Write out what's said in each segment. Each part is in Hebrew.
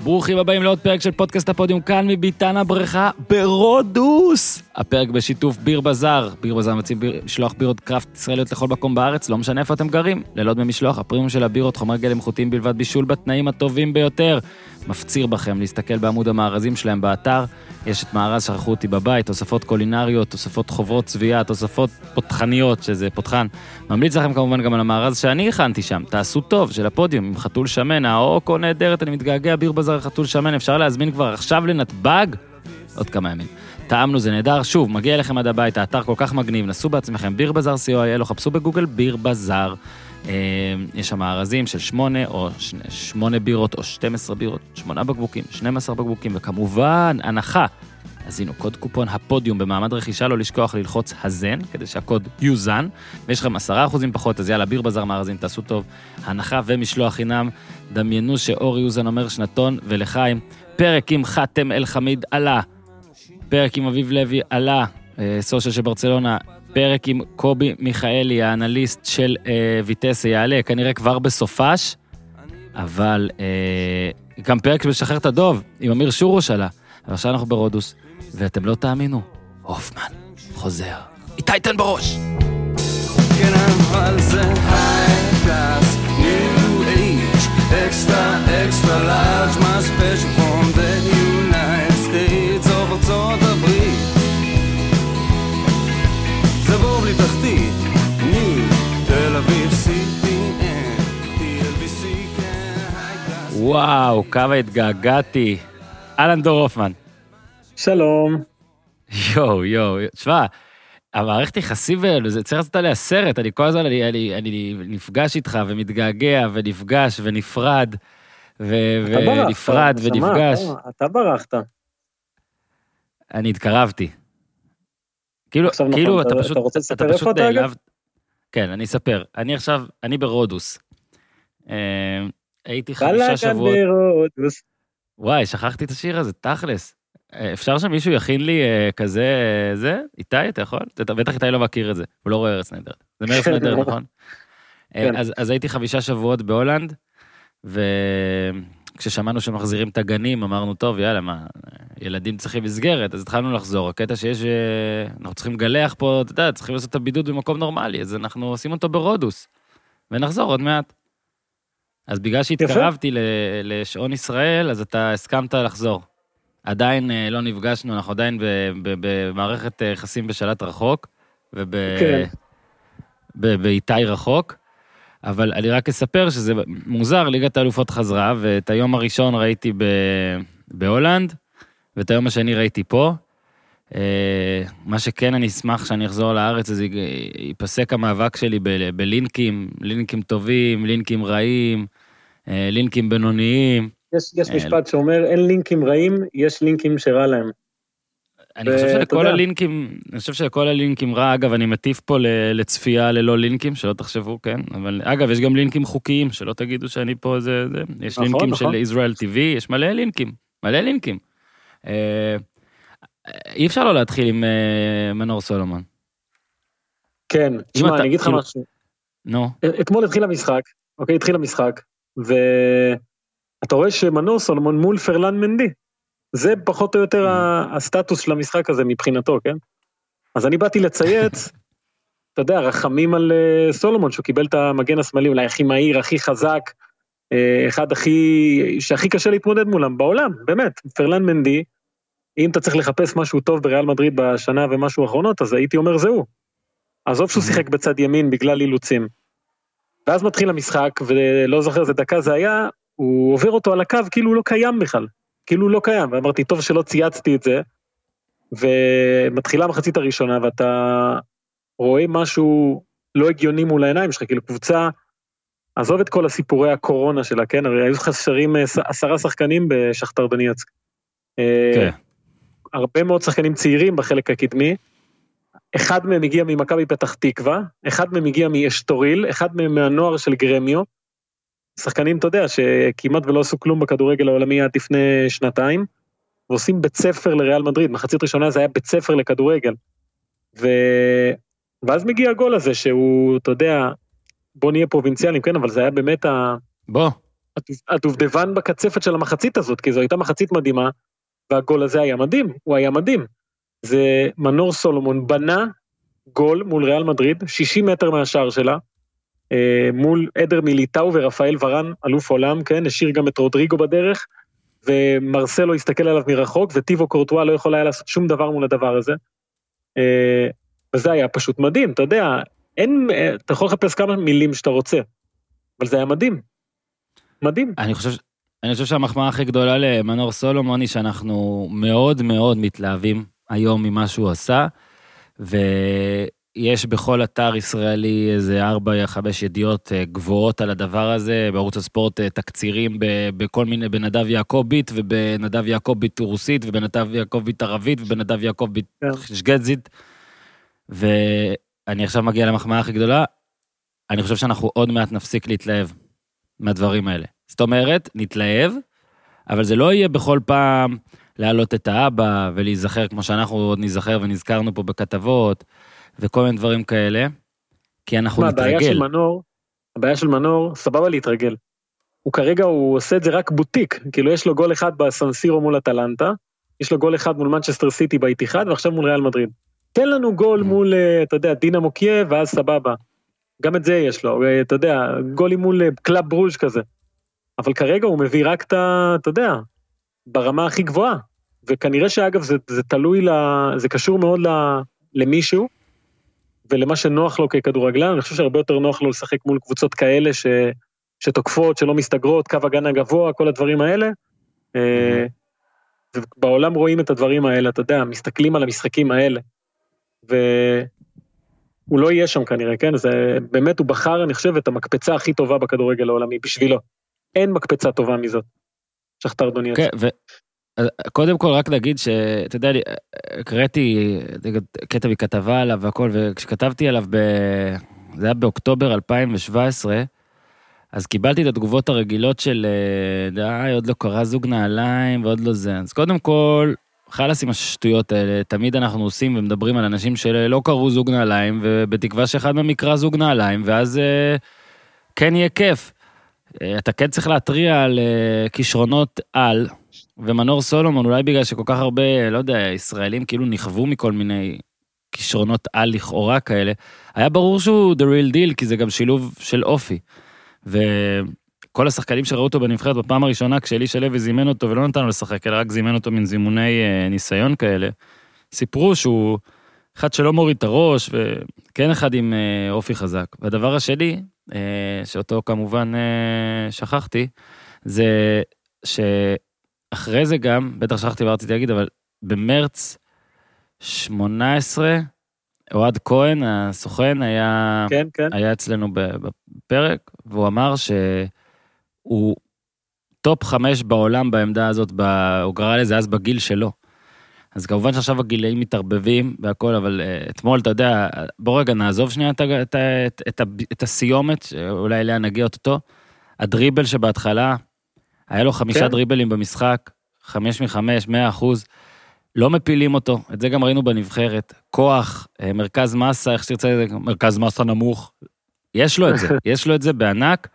ברוכים הבאים לעוד פרק של פודקאסט הפודיום כאן מביתן הבריכה ברודוס. הפרק בשיתוף ביר בזאר. ביר בזאר מציע משלוח בירות קראפט ישראליות לכל מקום בארץ, לא משנה איפה אתם גרים. ללא דמי משלוח, הפרימיום של הבירות, חומר גלם איכותיים בלבד, בישול בתנאים הטובים ביותר. מפציר בכם להסתכל בעמוד המארזים שלהם באתר. יש את מארז שכחו אותי בבית, תוספות קולינריות, תוספות חוברות צביעה, תוספות פותחניות, שזה פותחן. ממליץ לכם כמובן גם על המארז שאני הכנתי שם. תעשו טוב של הפודיום עם חתול שמן, האוקו נהדרת, אני מתגעגע, ביר בזאר חתול שמן, אפשר להזמין כבר עכשיו לנתב"ג? עוד כמה ימים. טעמנו, זה נהדר, שוב, מגיע אליכם עד הבית, האתר כל כך מגניב, נסו בעצמכם, ביר בזאר co.il, או חפשו בגוגל ביר בזאר. יש שם מארזים של 8 בירות או 12 בירות, 8 בקבוקים, 12 בקבוקים, וכמובן, הנחה. אז הנה, קוד קופון הפודיום במעמד רכישה, לא לשכוח ללחוץ הזן, כדי שהקוד יוזן, ויש לכם 10% פחות, אז יאללה, ביר בזאר מארזים, תעשו טוב, הנחה ומשלוח חינם, דמיינו שאור יוזן אומר שנתון, ולחיים, פרק עם חתם אל חמיד עלה, פרק עם אביב לוי עלה, סושיאל של ברצלונה, פרק עם קובי מיכאלי, האנליסט של ויטסה, יעלה, כנראה כבר בסופש, אבל גם פרק משחרר את הדוב, עם אמיר שורוש עלה, אבל עכשיו אנחנו ברודוס, ואתם לא תאמינו, הופמן חוזר. איתי תן בראש! כן, אבל זה high class, new age, extra large, my special from the United States of ארצות הברית. זה בור בלי תחתית, new, תל אביב, CPN, TLBC, כן, high class. וואו, כמה התגעגעתי. אלן דור הופמן. שלום. יואו, תשמע, המערכת יחסים, זה צריך לעשות עליה סרט, אני כל הזמן, אני נפגש איתך ומתגעגע ונפגש ונפרד, ונפרד ונפגש. אתה ברחת. אני התקרבתי. כאילו, אתה רוצה לספר איפה אתה אגב? כן, אני אספר. אני ברודוס. הייתי 5 שבועות. ברודוס. וואי, שכחתי את השיר הזה, תכלס. אפשר שמישהו יכין לי כזה, זה? איתי, אתה יכול? בטח איתי לא מכיר את זה, הוא לא רואה ארץ נהדרת. זה מארץ נהדרת, נכון? אז הייתי 5 שבועות בהולנד, וכששמענו שמחזירים את הגנים, אמרנו, טוב, יאללה, מה, ילדים צריכים מסגרת, אז התחלנו לחזור. הקטע שיש, אנחנו צריכים גלח פה, אתה יודע, צריכים לעשות את הבידוד במקום נורמלי, אז אנחנו עושים אותו ברודוס, ונחזור עוד מעט. אז בגלל שהתקרבתי לשעון ישראל, אז אתה הסכמת לחזור. עדיין לא נפגשנו, אנחנו עדיין במערכת יחסים בשלט רחוק, ובאיתי רחוק, אבל אני רק אספר שזה מוזר, ליגת האלופות חזרה, ואת היום הראשון ראיתי בהולנד, ואת היום השני ראיתי פה. מה שכן אני אשמח שאני אחזור לארץ, אז ייפסק המאבק שלי לינקים טובים, לינקים רעים, לינקים בינוניים. יש משפט שאומר, אין לינקים רעים, יש לינקים שרע להם. אני חושב שלכל הלינקים רע, אגב, אני מטיף פה לצפייה ללא לינקים, שלא תחשבו, כן? אבל אגב, יש גם לינקים חוקיים, שלא תגידו שאני פה, יש לינקים של ישראל TV, יש מלא לינקים. אי אפשר לא להתחיל עם מנור סולומון. כן, תשמע, אני אגיד לך משהו. נו. אתמול התחיל המשחק, ואתה רואה שמנור סולומון מול פרלן מנדי. זה פחות או יותר הסטטוס של המשחק הזה מבחינתו, כן? אז אני באתי לצייץ, אתה יודע, רחמים על סולומון, שהוא קיבל את המגן השמאלי, אולי הכי מהיר, הכי חזק, אחד שהכי קשה להתמודד מולם בעולם, באמת, פרלן מנדי, אם אתה צריך לחפש משהו טוב בריאל מדריד בשנה ומשהו האחרונות, אז הייתי אומר זהו. עזוב שהוא שיחק בצד ימין בגלל אילוצים. ואז מתחיל המשחק, ולא זוכר איזה דקה זה היה, הוא עובר אותו על הקו כאילו הוא לא קיים בכלל. כאילו הוא לא קיים, ואמרתי, טוב שלא צייצתי את זה, ומתחילה המחצית הראשונה, ואתה רואה משהו לא הגיוני מול העיניים שלך, כאילו קבוצה, עזוב את כל הסיפורי הקורונה שלה, כן? הרי היו חסרים 10 שחקנים בשכתר דונייצק. כן. הרבה מאוד שחקנים צעירים בחלק הקדמי, אחד מהם הגיע ממכבי פתח תקווה, אחד מהם הגיע מאשטוריל, אחד מהם מהנוער של גרמיו, שחקנים, אתה יודע, שכמעט ולא עשו כלום בכדורגל העולמי עד לפני 2 ועושים בית ספר לריאל מדריד, מחצית ראשונה זה היה בית ספר לכדורגל, ואז מגיע הגול הזה, שהוא, אתה יודע, בוא נהיה פרובינציאלים, כן, אבל זה היה באמת בוא. הדובדבן בקצפת של המחצית הזאת, כי זו הייתה מחצית מדהימה, והגול הזה היה מדהים, הוא היה מדהים. זה מנור סולומון בנה גול מול ריאל מדריד, 60 מטר מהשער שלה, מול עדר מיליטאו ורפאל ורן, אלוף עולם, כן, השאיר גם את רודריגו בדרך, ומרסלו הסתכל עליו מרחוק, וטיבו קורטואה לא יכול היה לעשות שום דבר מול הדבר הזה. וזה היה פשוט מדהים, אתה יודע, אתה יכול לחפש כמה מילים שאתה רוצה, אבל זה היה מדהים. מדהים. אני חושב שהמחמאה הכי גדולה למנור סולומון היא שאנחנו מאוד מאוד מתלהבים היום ממה שהוא עשה, ויש בכל אתר ישראלי איזה 4-5 ידיעות גבוהות על הדבר הזה, בערוץ הספורט תקצירים בכל מיני, בנדב יעקובית, ובנדב יעקובית רוסית, ובנדב יעקובית ערבית, ובנדב יעקובית שגזית, ואני עכשיו מגיע למחמאה הכי גדולה, אני חושב שאנחנו עוד מעט נפסיק להתלהב מהדברים האלה. זאת אומרת, נתלהב, אבל זה לא יהיה בכל פעם להעלות את האבא ולהיזכר כמו שאנחנו עוד נזכר ונזכרנו פה בכתבות וכל מיני דברים כאלה, כי אנחנו נתרגל. הבעיה של מנור, סבבה להתרגל. הוא כרגע, הוא עושה את זה רק בוטיק, כאילו יש לו גול אחד בסנסירו מול אטלנטה, יש לו גול אחד מול מנצ'סטר סיטי באיתיחד, ועכשיו מול ריאל מדריד. תן לנו גול מול, אתה יודע, דינמו קייב, ואז סבבה. גם את זה יש לו, אתה יודע, גולים מול קלאב ברוז' כזה. אבל כרגע הוא מביא רק אתה יודע, ברמה הכי גבוהה. וכנראה שאגב זה תלוי, זה קשור מאוד למישהו, ולמה שנוח לו ככדורגלן, אני חושב שהרבה יותר נוח לו לשחק מול קבוצות כאלה, שתוקפות, שלא מסתגרות, קו הגנה גבוה, כל הדברים האלה. ובעולם רואים את הדברים האלה, אתה יודע, מסתכלים על המשחקים האלה. הוא לא יהיה שם כנראה, כן? זה באמת, הוא בחר, אני חושב, את המקפצה הכי טובה בכדורגל העולמי, בשבילו. אין מקפצה טובה מזאת. שכתר דוניאץ. כן, וקודם כל רק להגיד שאתה יודע, קראתי קטע בכתבה עליו והכל, וכשכתבתי עליו, זה היה באוקטובר 2017, אז קיבלתי את התגובות הרגילות של, עוד לא קרה זוג נעליים, ועוד לא זה. אז קודם כל, חלס עם השטויות האלה, תמיד אנחנו עושים ומדברים על אנשים שלא קראו זוג נעליים, ובתקווה שאחד מהם יקרא זוג נעליים, ואז כן יהיה כיף. אתה כן צריך להטריע על כישרונות על, ומנור סולומון, אולי בגלל שכל כך הרבה, לא יודע, ישראלים כאילו נכוו מכל מיני כישרונות על לכאורה כאלה, היה ברור שהוא the real deal, כי זה גם שילוב של אופי. וכל השחקנים שראו אותו בנבחרת בפעם הראשונה, כשאלישע לוי זימן אותו ולא נתן לו לשחק, אלא רק זימן אותו מן זימוני ניסיון כאלה, סיפרו שהוא אחד שלא מוריד את הראש, וכן אחד עם אופי חזק. והדבר השני, שאותו כמובן שכחתי, זה שאחרי זה גם, בטח שכחתי ורציתי להגיד, אבל במרץ 18, אוהד כהן, הסוכן, היה אצלנו בפרק, והוא אמר שהוא טופ 5 בעולם בעמדה הזאת, הוא קרא לזה אז בגיל שלו. אז כמובן שעכשיו הגילאים מתערבבים והכל, אבל אתמול, אתה יודע, בוא רגע נעזוב שנייה את הסיומת, שאולי אליה נגיע אותו, הדריבל שבהתחלה, היה לו 5 דריבלים במשחק, 5 מ-5, 100%, לא מפילים אותו, את זה גם ראינו בנבחרת, כוח, מרכז מסה, איך שתרצה, מרכז מסה נמוך, יש לו את זה בענק,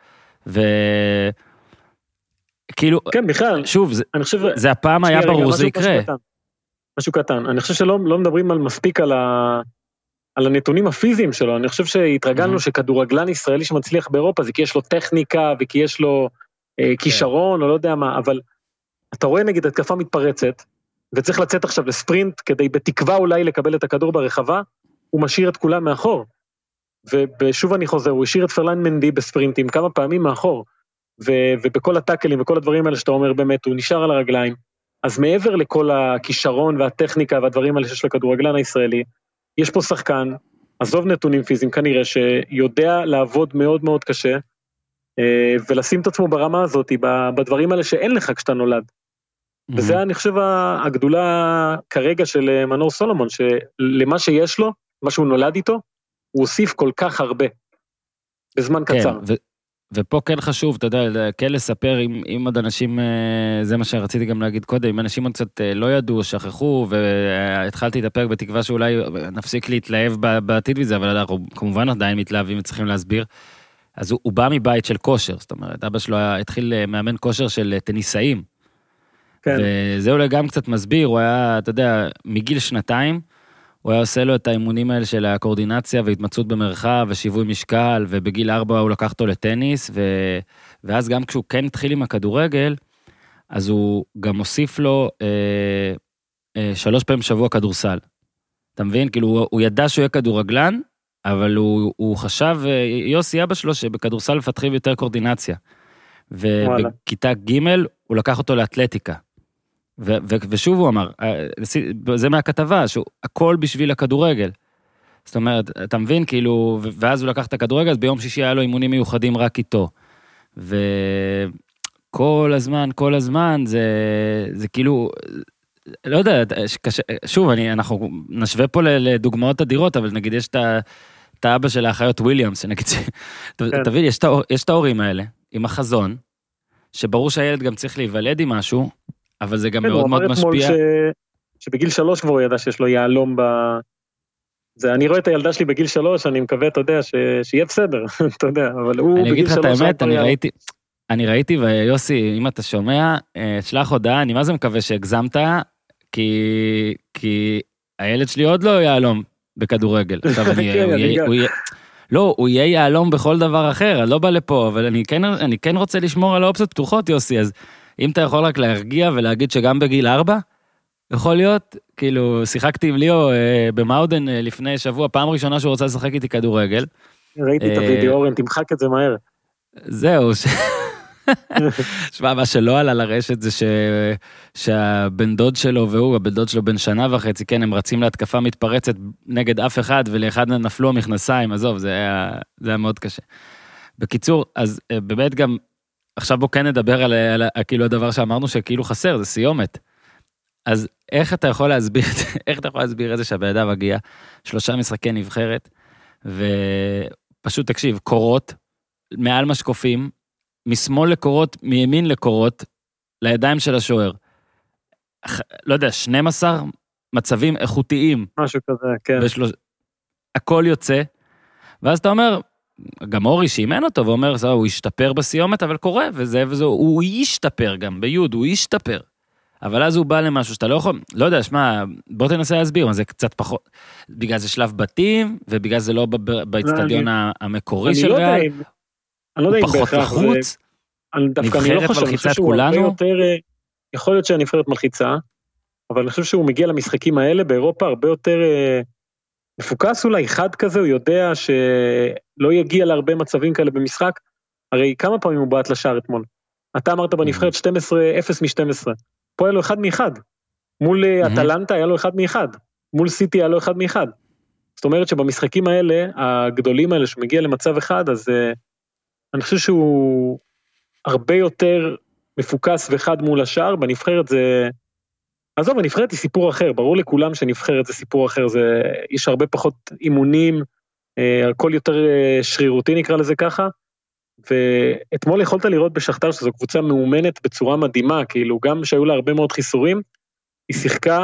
וכאילו, כן, בכלל, שוב, זה הפעם היה ברור, זה יקרה. משהו קטן, אני חושב שלא מדברים על מספיק על הנתונים הפיזיים שלו, אני חושב שהתרגלנו שכדורגלן ישראלי שמצליח באירופה, זה כי יש לו טכניקה, וכי יש לו כישרון, או לא יודע מה, אבל אתה רואה נגיד התקפה מתפרצת, וצריך לצאת עכשיו לספרינט, כדי בתקווה אולי לקבל את הכדור ברחבה, הוא משאיר את כולם מאחור, ושוב אני חוזר, הוא השאיר את פרלן מנדי בספרינטים כמה פעמים מאחור, ובכל הטאקלים וכל הדברים האלה שאתה אומר באמת, הוא נשאר על הרגליים, אז מעבר לכל הכישרון והטכניקה והדברים האלה שיש לכדורגלן הישראלי, יש פה שחקן, עזוב נתונים פיזיים כנראה, שיודע לעבוד מאוד מאוד קשה, ולשים את עצמו ברמה הזאת, בדברים האלה שאין לך כשאתה נולד. וזה אני חושב הגדולה כרגע של מנור סולומון, שלמה שיש לו, מה שהוא נולד איתו, הוא הוסיף כל כך הרבה, בזמן קצר. ופה כן חשוב, אתה יודע, כן לספר עם עוד אנשים, זה מה שרציתי גם להגיד קודם, אם אנשים עוד קצת לא ידעו, שכחו, והתחלתי את הפרק בתקווה שאולי נפסיק להתלהב בעתיד וזה, אבל אנחנו כמובן עדיין מתלהבים וצריכים להסביר. אז הוא בא מבית של כושר, זאת אומרת, אבא שלו התחיל מאמן כושר של טניסאים. כן. וזה אולי גם קצת מסביר, הוא היה, אתה יודע, מגיל 2, הוא היה עושה לו את האימונים האלה של הקואורדינציה והתמצאות במרחב ושיווי משקל, ובגיל 4 הוא לקח אותו לטניס, ואז גם כשהוא כן התחיל עם הכדורגל, אז הוא גם הוסיף לו 3 פעמים בשבוע כדורסל. אתה מבין? כאילו, הוא ידע שהוא יהיה כדורגלן, אבל הוא חשב, יוסי אבא שלו, שבכדורסל מפתחים יותר קואורדינציה. ובכיתה ג' הוא לקח אותו לאתלטיקה. ושוב הוא אמר, זה מהכתבה, שהכל בשביל הכדורגל. זאת אומרת, אתה מבין, כאילו, ואז הוא לקח את הכדורגל, אז ביום שישי היה לו אימונים מיוחדים רק איתו. וכל הזמן, זה כאילו, לא יודע, שוב, אנחנו נשווה פה לדוגמאות אדירות, אבל נגיד יש את האבא של האחיות וויליאמס, שנגיד, תבין, יש את ההורים האלה, עם החזון, שברור שהילד גם צריך להיוולד עם משהו, אבל זה גם מאוד מאוד משפיע. הוא אמר אתמול שבגיל 3 כבר הוא ידע שיש לו יעלום אני רואה את הילדה שלי בגיל 3, אני מקווה, אתה יודע, שיהיה בסדר, אתה יודע, אבל הוא בגיל 3... אני אגיד לך את האמת, אני ראיתי, ויוסי, אם אתה שומע, שלח הודעה, אני מה זה מקווה שהגזמת, כי הילד שלי עוד לא יעלום בכדורגל. לא, הוא יהיה יעלום בכל דבר אחר, אני לא בא לפה, אבל אני כן רוצה לשמור על האופציות פתוחות, יוסי, אז אם אתה יכול רק להרגיע ולהגיד שגם בגיל 4, יכול להיות, כאילו, שיחקתי עם ליאו במאודן לפני שבוע, פעם ראשונה שהוא רוצה לשחק איתי כדורגל. ראיתי את הוידאו, אורן, תמחק את זה מהר. זהו, שמע, מה שלא עלה לרשת זה שהבן דוד שלו והוא, הבן דוד שלו בן 1.5 שנה, כן, הם רצים להתקפה מתפרצת נגד אף אחד, ולאחד נפלו המכנסיים, עזוב, זה היה מאוד קשה. בקיצור, אז באמת גם, עכשיו בוא כן נדבר על כאילו הדבר שאמרנו שכאילו חסר, זה סיומת. אז איך אתה יכול להסביר את זה שהבן אדם מגיע 3 משחקי נבחרת, ופשוט תקשיב, קורות, מעל משקופים, משמאל לקורות, מימין לקורות, לידיים של השוער. לא יודע, 12 מצבים איכותיים. משהו כזה, כן. הכל יוצא, ואז אתה אומר, גם אורי שאימן אותו, ואומר, הוא ישתפר בסיומת, אבל קורה, וזה, הוא ישתפר גם, ביוד, הוא ישתפר. אבל אז הוא בא למשהו שאתה לא יכול, לא יודע, שמה, בוא תנסה להסביר, זה קצת פחות, בגלל זה שלב בתים, ובגלל זה לא באצטדיון המקורי של ריאל, הוא פחות לחוץ, נבחרת מלחיצה את כולנו. יכול להיות שהנבחרת מלחיצה, אבל אני חושב שהוא מגיע למשחקים האלה, באירופה הרבה יותר מפוקס אולי, חד כזה, הוא יודע שלא יגיע להרבה מצבים כאלה במשחק, הרי כמה פעמים הוא בעט לשער אתמול, אתה אמרת בנבחרת 12, 0 מ-12, פה היה לו 1 מ-1, מול אטלנטה היה לו 1 מ-1, מול סיטי היה לו 1 מ-1, זאת אומרת שבמשחקים האלה, הגדולים האלה שמגיע למצב אחד, אז אני חושב שהוא הרבה יותר מפוקס וחד מול השאר, בנבחרת זה, עזוב, הנבחרת היא סיפור אחר, ברור לכולם שנבחרת זה סיפור אחר, יש הרבה פחות אימונים, הכל יותר שרירותי נקרא לזה ככה, ואתמול יכולת לראות בשכתר שזו קבוצה מאומנת בצורה מדהימה, כאילו גם שהיו לה הרבה מאוד חיסורים, היא שיחקה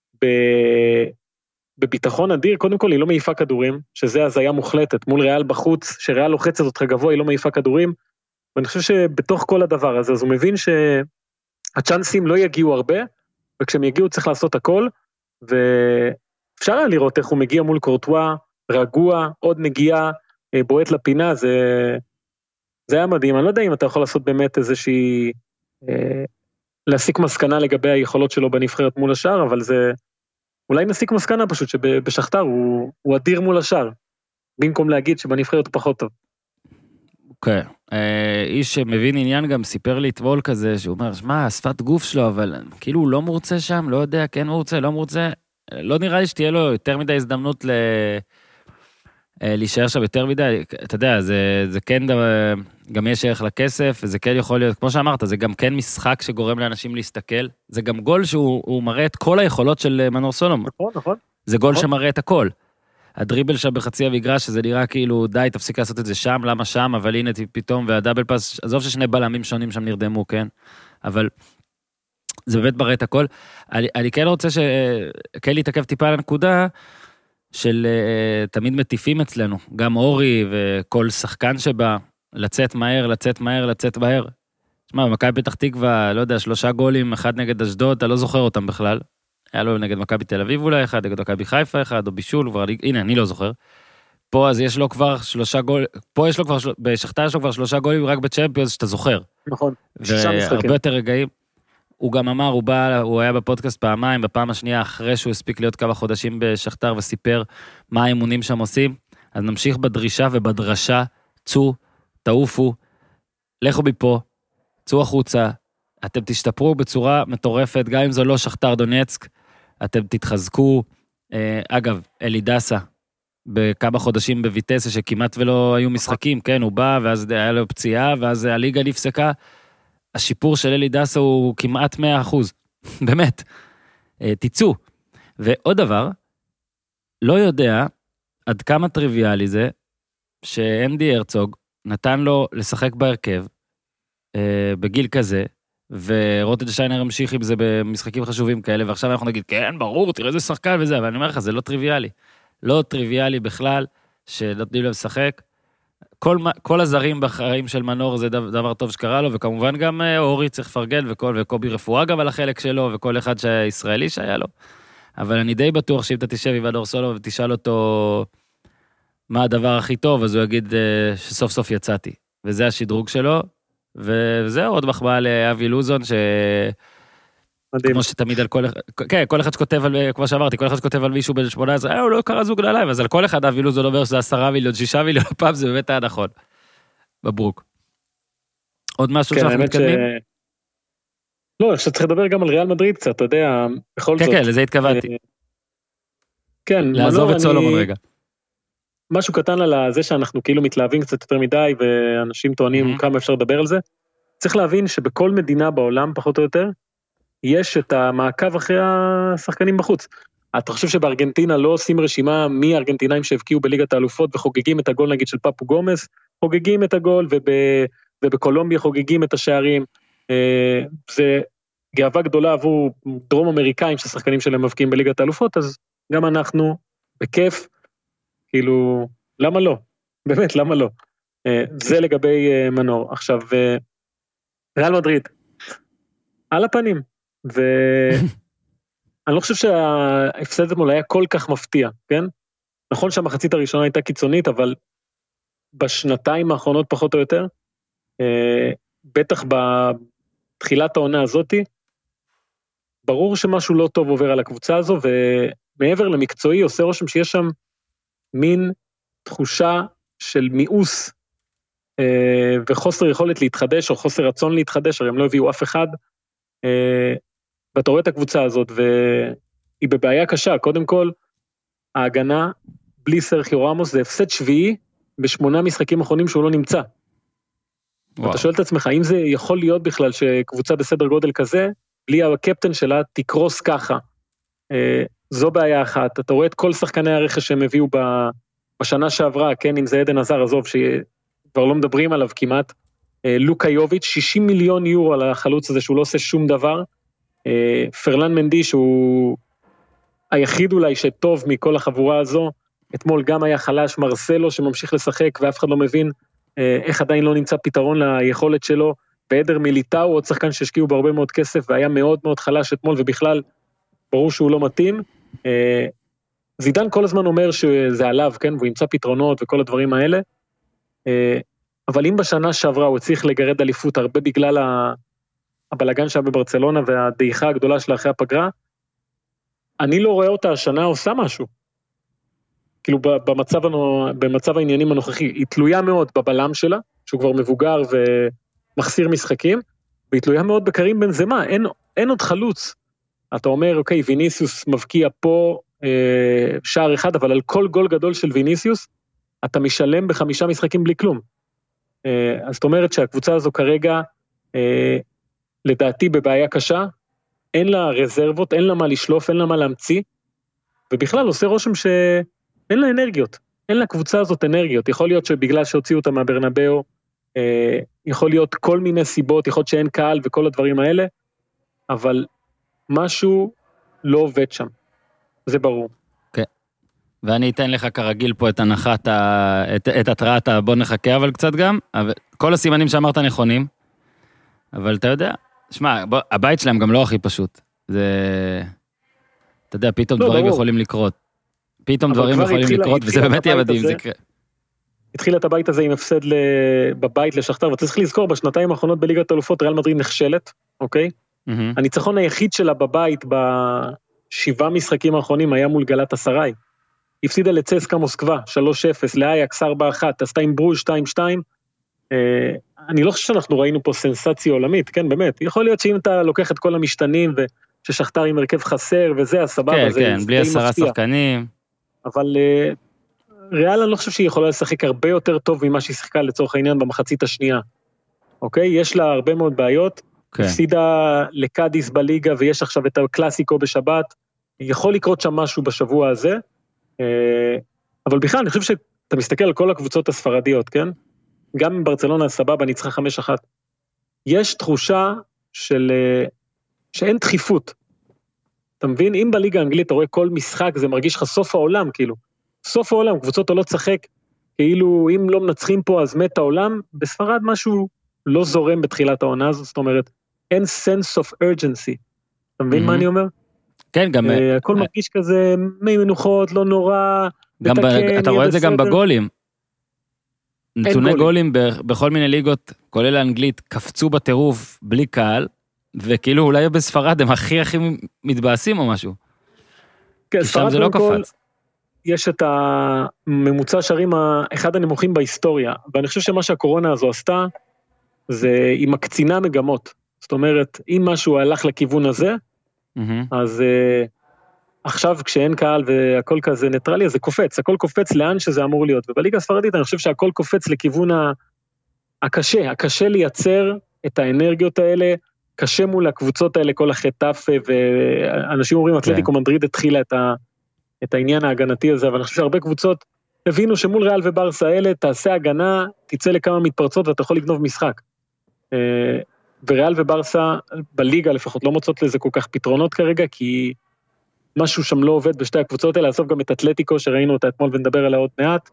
בביטחון אדיר, קודם כל היא לא מעיפה כדורים, שזה הזיה מוחלטת, מול ריאל בחוץ, שריאל לוחצת אותך גבוה, היא לא מעיפה כדורים, ואני חושב שבתוך כל הדבר הזה, אז הוא מבין שהצ'אנסים לא יגיעו הרבה, וכשהם יגיעו צריך לעשות הכל, ואפשר היה לראות איך הוא מגיע מול קורטואה, רגוע, עוד נגיעה, בועט לפינה, זה היה מדהים, אני לא יודע אם אתה יכול לעשות באמת איזושהי, להסיק מסקנה לגבי היכולות שלו בנבחרת מול השאר, אבל זה, אולי נסיק מסקנה פשוט שבשכתר הוא אדיר מול השאר, במקום להגיד שבנבחרת הוא פחות טוב. אוקיי, איש שמבין עניין גם סיפר לי אתמול כזה, שהוא אומר, מה, שפת גוף שלו, אבל כאילו הוא לא מורצה שם, לא יודע, כן מורצה, לא מורצה, לא נראה לי שתהיה לו יותר מדי הזדמנות להישאר שם יותר מדי, אתה יודע, זה כן, גם יש ערך לכסף, וזה כן יכול להיות, כמו שאמרת, זה גם כן משחק שגורם לאנשים להסתכל, זה גם גול שהוא מראה את כל היכולות של מנור סולומון. נכון, נכון. זה גול שמראה את הכל. הדריבל שם בחצי המגרש, שזה נראה כאילו, די, תפסיק לעשות את זה שם, למה שם, אבל הנה פתאום, והדאבל פאס, עזוב ששני בלמים שונים שם נרדמו, כן? אבל זה באמת מראה את הכל. אני כן רוצה כן להתעכב טיפה על הנקודה, של תמיד מטיפים אצלנו, גם אורי וכל שחקן שבא, לצאת מהר. תשמע, במכבי פתח תקווה, לא יודע, 3 גולים, 1 נגד אשדוד, אתה לא זוכר אותם בכלל. היה לו נגד מכבי תל אביב אולי 1, נגד מכבי חיפה 1, או בישול, הנה, אני לא זוכר. פה אז יש לו כבר 3 גולים, בשכתר יש לו כבר 3 גולים רק בצ'מפיונס שאתה זוכר. נכון. והרבה יותר רגעים. הוא גם אמר, הוא היה בפודקאסט פעמיים, בפעם השנייה אחרי שהוא הספיק להיות כמה חודשים בשכתר וסיפר מה האימונים שם עושים. אז נמשיך בדרישה ובדרשה, צאו, תעופו, לכו מפה, צאו החוצה, אתם תשתפרו בצורה מטורפת, גם אם זו לא שכתר דונייצק, אתם תתחזקו. אגב, אלי דסה, בכמה חודשים בויטסה, שכמעט ולא היו משחקים, כן, הוא בא, ואז היה לו פציעה, ואז הליגה נפסקה, השיפור של אלי דסה הוא כמעט 100%, באמת, תצאו. ועוד דבר, לא יודע עד כמה טריוויאלי זה, שאמדי הרצוג נתן לו לשחק בהרכב, בגיל כזה, ורוטנשטיינר המשיך עם זה במשחקים חשובים כאלה, ועכשיו אנחנו נגיד, כן, ברור, תראה איזה שחקן וזה, אבל אני אומר לך, זה לא טריוויאלי. לא טריוויאלי בכלל, שנותנים לו לשחק. כל הזרים בחיים של מנור זה דבר טוב שקרה לו, וכמובן גם אורי צריך לפרגן, וקובי רפואה גם על החלק שלו, וכל אחד שהישראלי שהיה לו. אבל אני די בטוח שאם אתה תשב עם מנור סולו, ותשאל אותו מה הדבר הכי טוב, אז הוא יגיד שסוף סוף יצאתי. וזה השדרוג שלו, וזהו, עוד מחמאה לאבי לוזון, כמו שתמיד על כל אחד שכותב על, כמו שאמרתי, כל אחד שכותב על מישהו בן 18, הוא לא קרא זוג נעליים, אז על כל אחד אבי לוזון אומר שזה 10 מיליון, 6 מיליון, פעם זה באמת היה נכון. בברוק. עוד משהו שאנחנו מתקדמים? לא, שצריך לדבר גם על ריאל מדריד קצת, אתה יודע, בכל זאת. כן, לזה התכוונתי. כן, לעזוב את סולומון רגע. משהו קטן על זה שאנחנו כאילו מתלהבים קצת יותר מדי, ואנשים טוענים כמה אפשר לדבר על זה. צריך להבין שבכל מדינה בעולם, פחות או יותר, יש את המעקב אחרי השחקנים בחוץ. אתה חושב שבארגנטינה לא עושים רשימה מי הארגנטינאים שהבקיעו בליגת האלופות, וחוגגים את הגול נגיד של פפו גומס, חוגגים את הגול, ובקולומביה חוגגים את השערים. זה גאווה גדולה עבור דרום אמריקאים, שהשחקנים שלהם מבקיעים בליגת האלופות, אז גם אנחנו, בכיף, כאילו, למה לא? באמת, למה לא? זה לגבי מנור. עכשיו, ריאל מדריד, על הפנים, ואני לא חושב שההפסד מול היה כל כך מפתיע, כן? נכון שהמחצית הראשונה הייתה קיצונית, אבל בשנתיים האחרונות פחות או יותר, בטח בתחילת העונה הזאת, ברור שמשהו לא טוב עובר על הקבוצה הזו, ומעבר למקצועי עושה רושם שיש שם מין תחושה של מיאוס, וחוסר יכולת להתחדש, או חוסר רצון להתחדש, הרי הם לא הביאו אף אחד, ואתה רואה את הקבוצה הזאת, והיא בבעיה קשה. קודם כל, ההגנה בלי סרחיו רמוס, זה הפסד שביעי, ב8 משחקים אחרונים שהוא לא נמצא. ואתה שואל את עצמך, האם זה יכול להיות בכלל שקבוצה בסדר גודל כזה, בלי הקפטן שלה תקרוס ככה? זו בעיה אחת. אתה רואה את כל שחקני הרכש שהם הביאו בשנה שעברה, כן, אם זה עדן עזר, עזוב, שכבר לא מדברים עליו כמעט, לוקה יוביץ', 60 מיליון יורו על החלוץ הזה, שהוא לא עושה שום דבר, פרלן מנדי, שהוא היחיד אולי שטוב מכל החבורה הזו, אתמול גם היה חלש, מרסלו שממשיך לשחק, ואף אחד לא מבין איך עדיין לא נמצא פתרון ליכולת שלו, בעדר מיליטאו, עוד שחקן שהשקיעו בהרבה מאוד כסף, והיה מאוד מאוד חלש אתמול, ובכלל ברור שהוא לא מתאים. זידן כל הזמן אומר שזה עליו, כן, והוא ימצא פתרונות וכל הדברים האלה, אבל אם בשנה שעברה הוא צריך לגרד אליפות הרבה בגלל הבלגן שהיה בברצלונה והדעיכה הגדולה שלה אחרי הפגרה, אני לא רואה אותה השנה עושה משהו. כאילו במצב העניינים הנוכחי, היא תלויה מאוד בבלם שלה, שהוא כבר מבוגר ומחסיר משחקים, והיא תלויה מאוד בקרים בנזמה, אין עוד חלוץ. אתה אומר, אוקיי, ויניסיוס מבקיע פה שער אחד, אבל על כל גול גדול של ויניסיוס, אתה משלם ב5 משחקים בלי כלום. אז זאת אומרת שהקבוצה הזו כרגע, לדעתי בבעיה קשה, אין לה רזרבות, אין לה מה לשלוף, אין לה מה להמציא, ובכלל עושה רושם שאין לה אנרגיות, אין לה קבוצה הזאת אנרגיות, יכול להיות שבגלל שהוציאו אותה מהברנבאו, יכול להיות כל מיני סיבות, יכול להיות שאין קהל וכל הדברים האלה, אבל משהו לא עובד שם, זה ברור. כן. ואני אתן לך כרגיל פה את הנחת, את התראת, בוא נחכה אבל קצת גם, אבל כל הסימנים שאמרת נכונים, אבל אתה יודע, שמע, הבית שלהם גם לא הכי פשוט, זה, אתה יודע, פתאום דברים יכולים לקרות, פתאום דברים יכולים לקרות, וזה באמת יהיה מדהים, זה יקרה. התחיל את הבית הזה עם הפסד בבית לשכתר, ואתה צריך לזכור, בשנתיים האחרונות בליגת האלופות, ריאל מדריד נכשלת, אוקיי? הניצחון היחיד שלה בבית, ב7 משחקים האחרונים, היה מול גלת אסריי. הפסידה לצסקה מוסקבה, 3-0, לאייקס 4-1, עשתה עם ברוז' 2-2. אני לא חושב שאנחנו ראינו פה סנסציה עולמית, כן, באמת. יכול להיות שאם אתה לוקח את כל המשתנים, וששכתר עם הרכב חסר, וזה הסבבה, כן, כן, בלי 10 שחקנים. אבל ריאל אני לא חושב שהיא יכולה לשחק הרבה יותר טוב ממה שהיא שיחקה לצורך העניין במחצית השנייה. אוקיי? יש לה הרבה מאוד בעיות. הפסידה לקאדיס בליגה, ויש עכשיו את הקלאסיקו בשבת. יכול לקרות שם משהו בשבוע הזה. אבל בכלל, אני חושב שאתה מסתכל על כל הקבוצות הספרדיות, כן? גם ברצלונה סבבה ניצחה 5-1. יש תחושה שאין דחיפות. אתה מבין? אם בליגה האנגלית אתה רואה כל משחק, זה מרגיש לך סוף העולם, כאילו. סוף העולם, קבוצות עולות לשחק, כאילו אם לא מנצחים פה אז מת העולם, בספרד משהו לא זורם בתחילת העונה הזאת, זאת אומרת, אין sense of urgency. אתה מבין מה אני אומר? כן, גם... הכל מרגיש כזה, מי מנוחות, לא נורא, אתה רואה את זה גם בגולים. נתוני גולים בכל מיני ליגות, כולל האנגלית, קפצו בטירוף בלי קהל, וכאילו אולי בספרד הם הכי מתבאסים או משהו. כי שם זה לא קפץ. יש את הממוצע שערים אחד הנמוכים בהיסטוריה, ואני חושב שמה שהקורונה הזו עשתה, זה היא מקצינה מגמות. זאת אומרת, אם משהו הלך לכיוון הזה, אז עכשיו כשאין קהל והכל כזה ניטרלי, אז זה קופץ, הכל קופץ לאן שזה אמור להיות. ובליגה הספרדית אני חושב שהכל קופץ לכיוון הקשה לייצר את האנרגיות האלה, קשה מול הקבוצות האלה, כל החטף, ואנשים אומרים, אתלטיקו מדריד התחילה את העניין ההגנתי הזה, אבל אני חושב שהרבה קבוצות הבינו שמול ריאל וברסה האלה, תעשה הגנה, תצא לכמה מתפרצות, ואתה יכול לגנוב משחק. וריאל וברסה, בליגה לפחות, לא מוצאות לזה כל כך פתרונות כרגע, כי משהו שם לא עובד בשתי הקבוצות האלה, לעשות גם את אתלטיקו, שראינו אותה אתמול ונדבר עליה עוד מעט,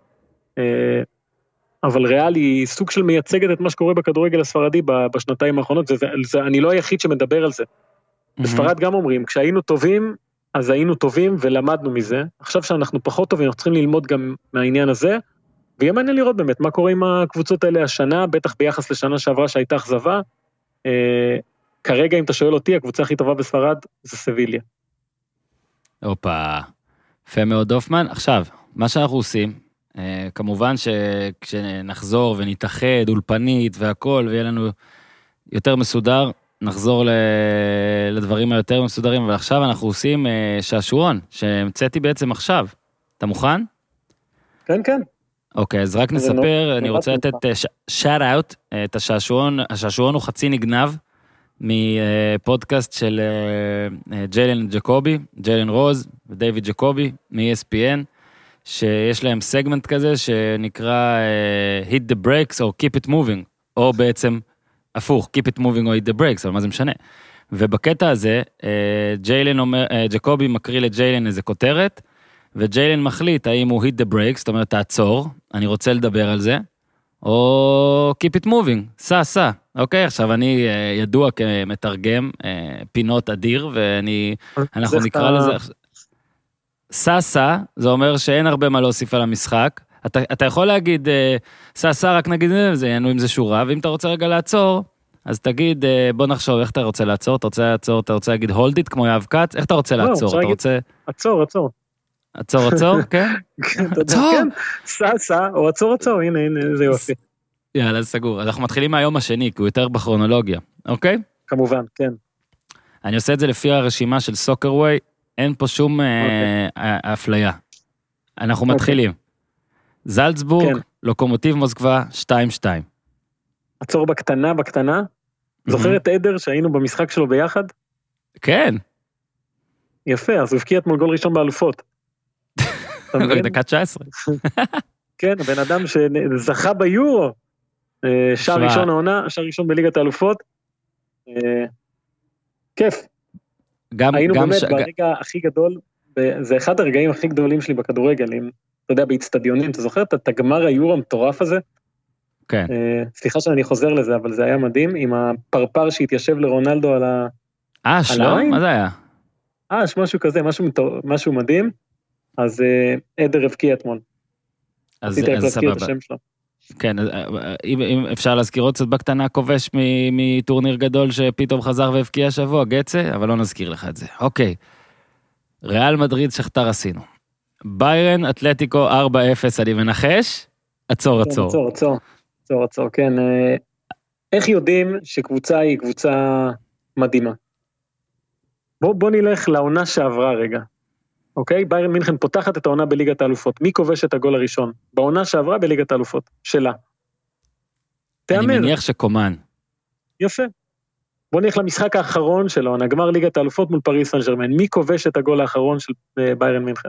אבל ריאל היא סוג של מייצגת את מה שקורה בכדורגל הספרדי בשנתיים האחרונות, אני לא היחיד שמדבר על זה. בספרד גם אומרים, כשהיינו טובים, אז היינו טובים ולמדנו מזה, עכשיו שאנחנו פחות טובים, אנחנו צריכים ללמוד גם מהעניין הזה, ויהיה מעניין לראות באמת מה קורה עם הקבוצות האלה השנה, בטח ביחס לשנה שעברה שהייתה אכזבה, כרגע אם אתה שואל אותי, הקבוצה הכי טובה בספרד זה סביליה. אופה, יפה מאוד דופמן. עכשיו, מה שאנחנו עושים, כמובן שכשנחזור ונתאחד אולפנית והכל, ויהיה לנו יותר מסודר, נחזור לדברים היותר מסודרים, אבל עכשיו אנחנו עושים שעשועון, שהמצאתי בעצם עכשיו. אתה מוכן? כן, כן. אוקיי, אז רק נספר, אני רוצה לתת שאט אאוט, את השעשועון, השעשועון הוא חצי נגנב, מפודקאסט של ג'יילן ג'קובי, ג'יילן רוז ודייוויד ג'קובי, מ-ESPN, שיש להם סגמנט כזה, שנקרא hit the brakes או keep it moving, או בעצם הפוך, keep it moving או hit the brakes, אבל מה זה משנה? ובקטע הזה, ג'קובי מקריא לג'יילן איזה כותרת, וג'יילן מחליט האם הוא hit the brakes, זאת אומרת, תעצור, אני רוצה לדבר על זה, או keep it moving, סע. אוקיי, עכשיו אני ידוע כמתרגם פינות אדיר, ואנחנו נקרא לזה... סע, זה אומר שאין הרבה מה להוסיף על המשחק, אתה יכול להגיד, סע, רק נגיד זה, יענו עם זה שורה, ואם אתה רוצה רגע לעצור, אז תגיד, בוא נחשוב, איך אתה רוצה לעצור? אתה רוצה להגיד hold it, כמו יאב קץ? איך אתה רוצה לעצור? אתה רוצה... עצור. עצור, כן? עצור! סע, או עצור, הנה, זה יופי. יאללה, סגור. אנחנו מתחילים מהיום השני, כי הוא יותר בכרונולוגיה, אוקיי? כמובן, כן. אני עושה את זה לפי הרשימה של סוקרווי, אין פה שום אפליה. אנחנו מתחילים. זלצבורג, לוקומוטיב מוסקבה, 2-2. עצור בקטנה. זוכר את עדר שהיינו במשחק שלו ביחד? כן. יפה, אז הוא הבקיע אתמול גול ראשון באלופות. דקה 19. כן, הבן אדם שזכה ביורו, שער ראשון העונה, שער ראשון בליגת האלופות. כיף. היינו באמת ברגע הכי גדול זה אחד הרגעים הכי גדולים שלי בכדורגל, אם אתה יודע, באצטדיונים, אתה זוכר את הגמר היורו המטורף הזה? כן. סליחה שאני חוזר לזה, אבל זה היה מדהים, עם הפרפר שהתיישב לרונלדו על שלום? מה זה היה? משהו כזה, משהו מדהים, אז עדר הבקיע אתמול. רציתי רק להזכיר את השם שלו. כן, אם אפשר להזכיר עוד קצת בקטנה, כובש מטורניר גדול שפתאום חזר והבקיע שבוע, גצה, אבל לא נזכיר לך את זה. אוקיי, ריאל מדריד שכתר עשינו. ביירן, אתלטיקו 4-0, אני מנחש? עצור. כן. איך יודעים שקבוצה היא קבוצה מדהימה? בוא נלך לעונה שעברה רגע. אוקיי? ביירן מינכן פותחת את העונה בליגת האלופות. מי כובש את הגול הראשון? בעונה שעברה בליגת האלופות. שלה. אני מניח שקומן. יפה. בוא נלך למשחק האחרון של העונה, גמר ליגת האלופות מול פריס סן ז'רמן. מי כובש את הגול האחרון של ביירן מינכן?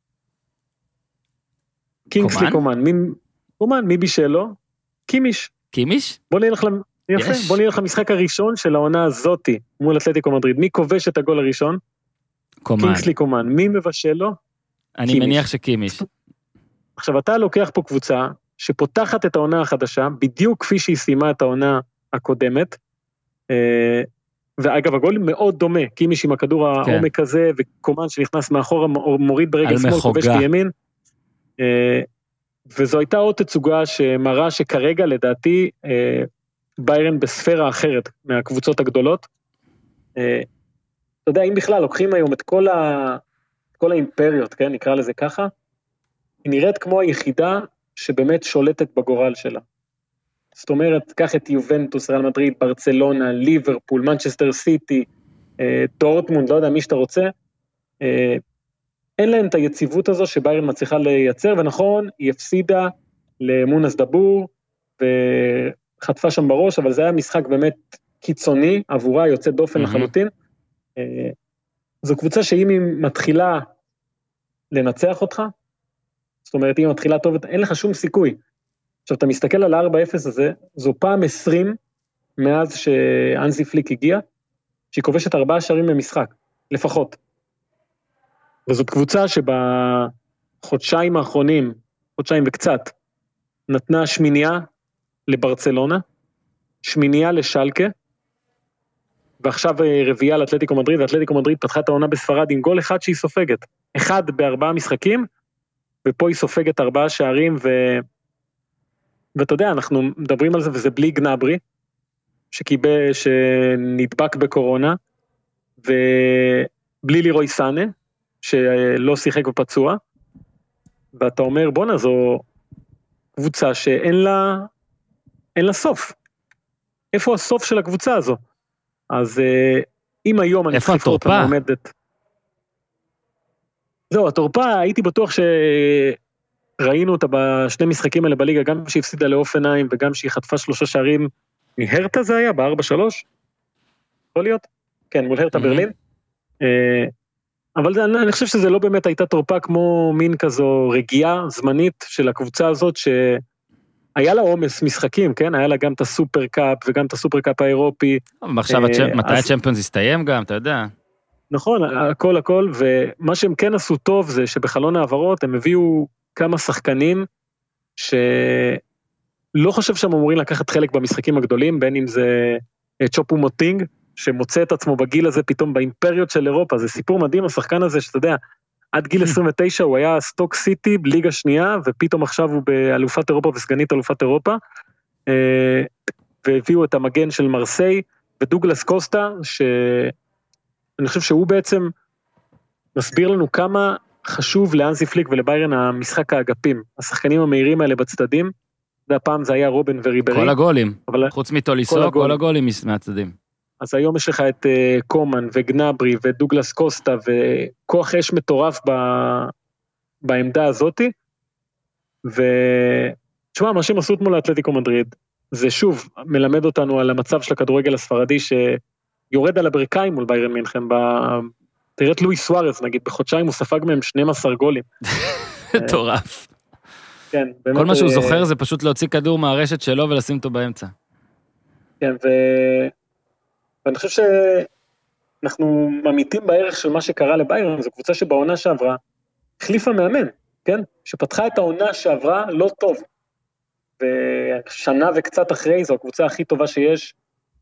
קינגסלי קומן. מי בישלו? קימיש. בוא נלך למשחק הראשון של העונה הזאתי, מול אתלטיקו מדריד. מי כובש את הגול הראשון? קינגסלי קומן. מי מבשל לו? אני מניח שקימיש. עכשיו, אתה לוקח פה קבוצה שפותחת את העונה החדשה, בדיוק כפי שהיא סיימה את העונה הקודמת, ואגב, הגול מאוד דומה, קימיש עם הכדור העומק הזה, וקומן שנכנס מאחורה, מוריד ברגל שמאל, כובש בימין, וזו הייתה עוד תצוגה שמראה שכרגע, לדעתי, ביירן בספירה אחרת מהקבוצות הגדולות. אתה יודע, אם בכלל לוקחים היום את כל האימפריות, כן, נקרא לזה ככה, היא נראית כמו היחידה שבאמת שולטת בגורל שלה. זאת אומרת, קח את יובנטוס, ריאל מדריד, ברצלונה, ליברפול, מנצ'סטר סיטי, דורטמונד, לא יודע, מי שאתה רוצה, אין להם את היציבות הזו שביירן מצליחה לייצר, ונכון, היא הפסידה למונס דבור, וחטפה שם בראש, אבל זה היה משחק באמת קיצוני, עבורה יוצא דופן לחלוטין. זו קבוצה שאם היא מתחילה לנצח אותך, זאת אומרת, אם היא מתחילה טוב, אין לך שום סיכוי. עכשיו, אתה מסתכל על ה-4-0 הזה, זו פעם 20 מאז שאנסי פליק הגיע, שהיא כובשת 4 שערים במשחק, לפחות. וזאת קבוצה שבחודשיים האחרונים, חודשיים וקצת, נתנה שמיניה לברצלונה, שמיניה לשלקה, ועכשיו רביעייה לאתלטיקו מדריד, ואתלטיקו מדריד פתחה את העונה בספרד עם גול אחד שהיא סופגת. 1 ב4 משחקים, ופה היא סופגת 4 שערים, ואתה יודע, אנחנו מדברים על זה, וזה בלי גנברי, שנדבק בקורונה, ובלי לירוי סאנה, שלא שיחק ופצוע, ואתה אומר, בונה, זו קבוצה שאין לה סוף. איפה הסוף של הקבוצה הזו? אז אם היום אני איפה התורפה? זהו, התורפה, הייתי בטוח שראינו אותה בשני משחקים האלה בליגה, גם שהיא הפסידה לאופנהיים, וגם שהיא חטפה 3 שערים מהרטה זה היה, ב4-3? יכול להיות? כן, מול הרטה ברלין. אבל אני חושב שזה לא באמת הייתה תורפה כמו מין כזו רגיעה זמנית של הקבוצה הזאת, שהיה לה עומס משחקים, כן? היה לה גם את הסופר קאפ וגם את הסופר קאפ האירופי. עכשיו, מתי הצ'מפיונס יסתיים גם, אתה יודע? נכון, הכל, ומה שהם כן עשו טוב זה שבחלון העברות הם הביאו כמה שחקנים שלא חושב שהם אמורים לקחת חלק במשחקים הגדולים, בין אם זה צ'ופו מוטינג, שמוצא את עצמו בגיל הזה פתאום באימפריות של אירופה, זה סיפור מדהים, השחקן הזה שאתה יודע, עד גיל 29 הוא היה סטוק סיטי בליגה שנייה, ופתאום עכשיו הוא באלופת אירופה וסגנית אלופת אירופה, והביאו את המגן של מרסיי, ודוגלס קוסטה, שאני חושב שהוא בעצם מסביר לנו כמה חשוב לאנסי פליק ולביירן המשחק האגפים, השחקנים המהירים האלה בצדדים, והפעם זה היה רובן וריברי. כל הגולים, חוץ מטוליסו, כל הגולים מהצדדים. אז היום יש לך את קומן וגנברי ודוגלס קוסטה וכוח אש מטורף בעמדה הזאת, ותשמע, מה שהם עשו מול האתלטיקו מדריד, זה שוב מלמד אותנו על המצב של הכדורגל הספרדי שיורד על הברכיים מול ביירן מינכן, תראה את לואי סוארז נגיד, בחודשיים הוא ספג מהם 12 גולים. מטורף. כן, באמת. כל מה שהוא זוכר זה פשוט להוציא כדור מהרשת שלו ולשים אותו באמצע. כן, ואני חושב אנחנו ממיתים בערך של מה שקרה לביירן, זו קבוצה שבעונה שעברה, החליפה מאמן, כן? שפתחה את העונה שעברה לא טוב, ושנה וקצת אחרי, זו הקבוצה הכי טובה שיש,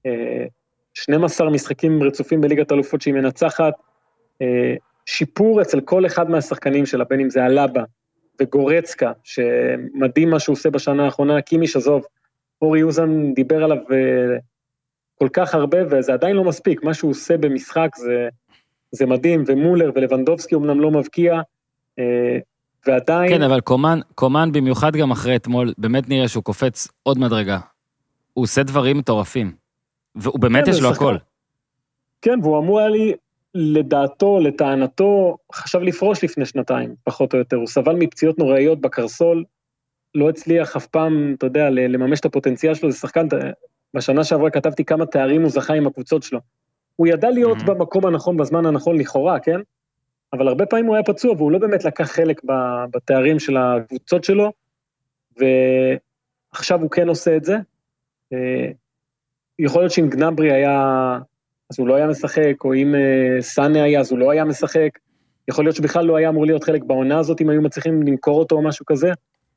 12 משחקים רצופים בליגת האלופות שהיא מנצחת, שיפור אצל כל אחד מהשחקנים שלה, בין אם זה אלאבה וגורצקה, שמדהים מה שהוא עושה בשנה האחרונה, קימיש עזוב, אורי אוזן דיבר עליו כל כך הרבה, וזה עדיין לא מספיק, מה שהוא עושה במשחק זה מדהים, ומולר ולבנדובסקי אמנם לא מבקיע, ועדיין... כן, אבל קומן במיוחד גם אחרי אתמול, באמת נראה שהוא קופץ עוד מדרגה. הוא עושה דברים מטורפים, והוא באמת יש לו הכל. כן, והוא אמור היה לי, לדעתו, לטענתו, חשב לפרוש לפני שנתיים, פחות או יותר. הוא סבל מפציעות נוראיות בקרסול, לא הצליח אף פעם, אתה יודע, לממש את הפוטנציאל שלו, זה שחקן, בשנה שעברה כתבתי כמה תארים הוא זכה עם הקבוצות שלו. הוא ידע להיות במקום הנכון, בזמן הנכון לכאורה, כן? אבל הרבה פעמים הוא היה פצוע, והוא לא באמת לקח חלק בתארים של הקבוצות שלו, ועכשיו הוא כן עושה את זה. יכול להיות שאם גנברי היה, אז הוא לא היה משחק, או אם סאנה היה, אז הוא לא היה משחק. יכול להיות שבכלל לא היה אמור להיות חלק בעונה הזאת, אם היו מצליחים למכור אותו או משהו כזה.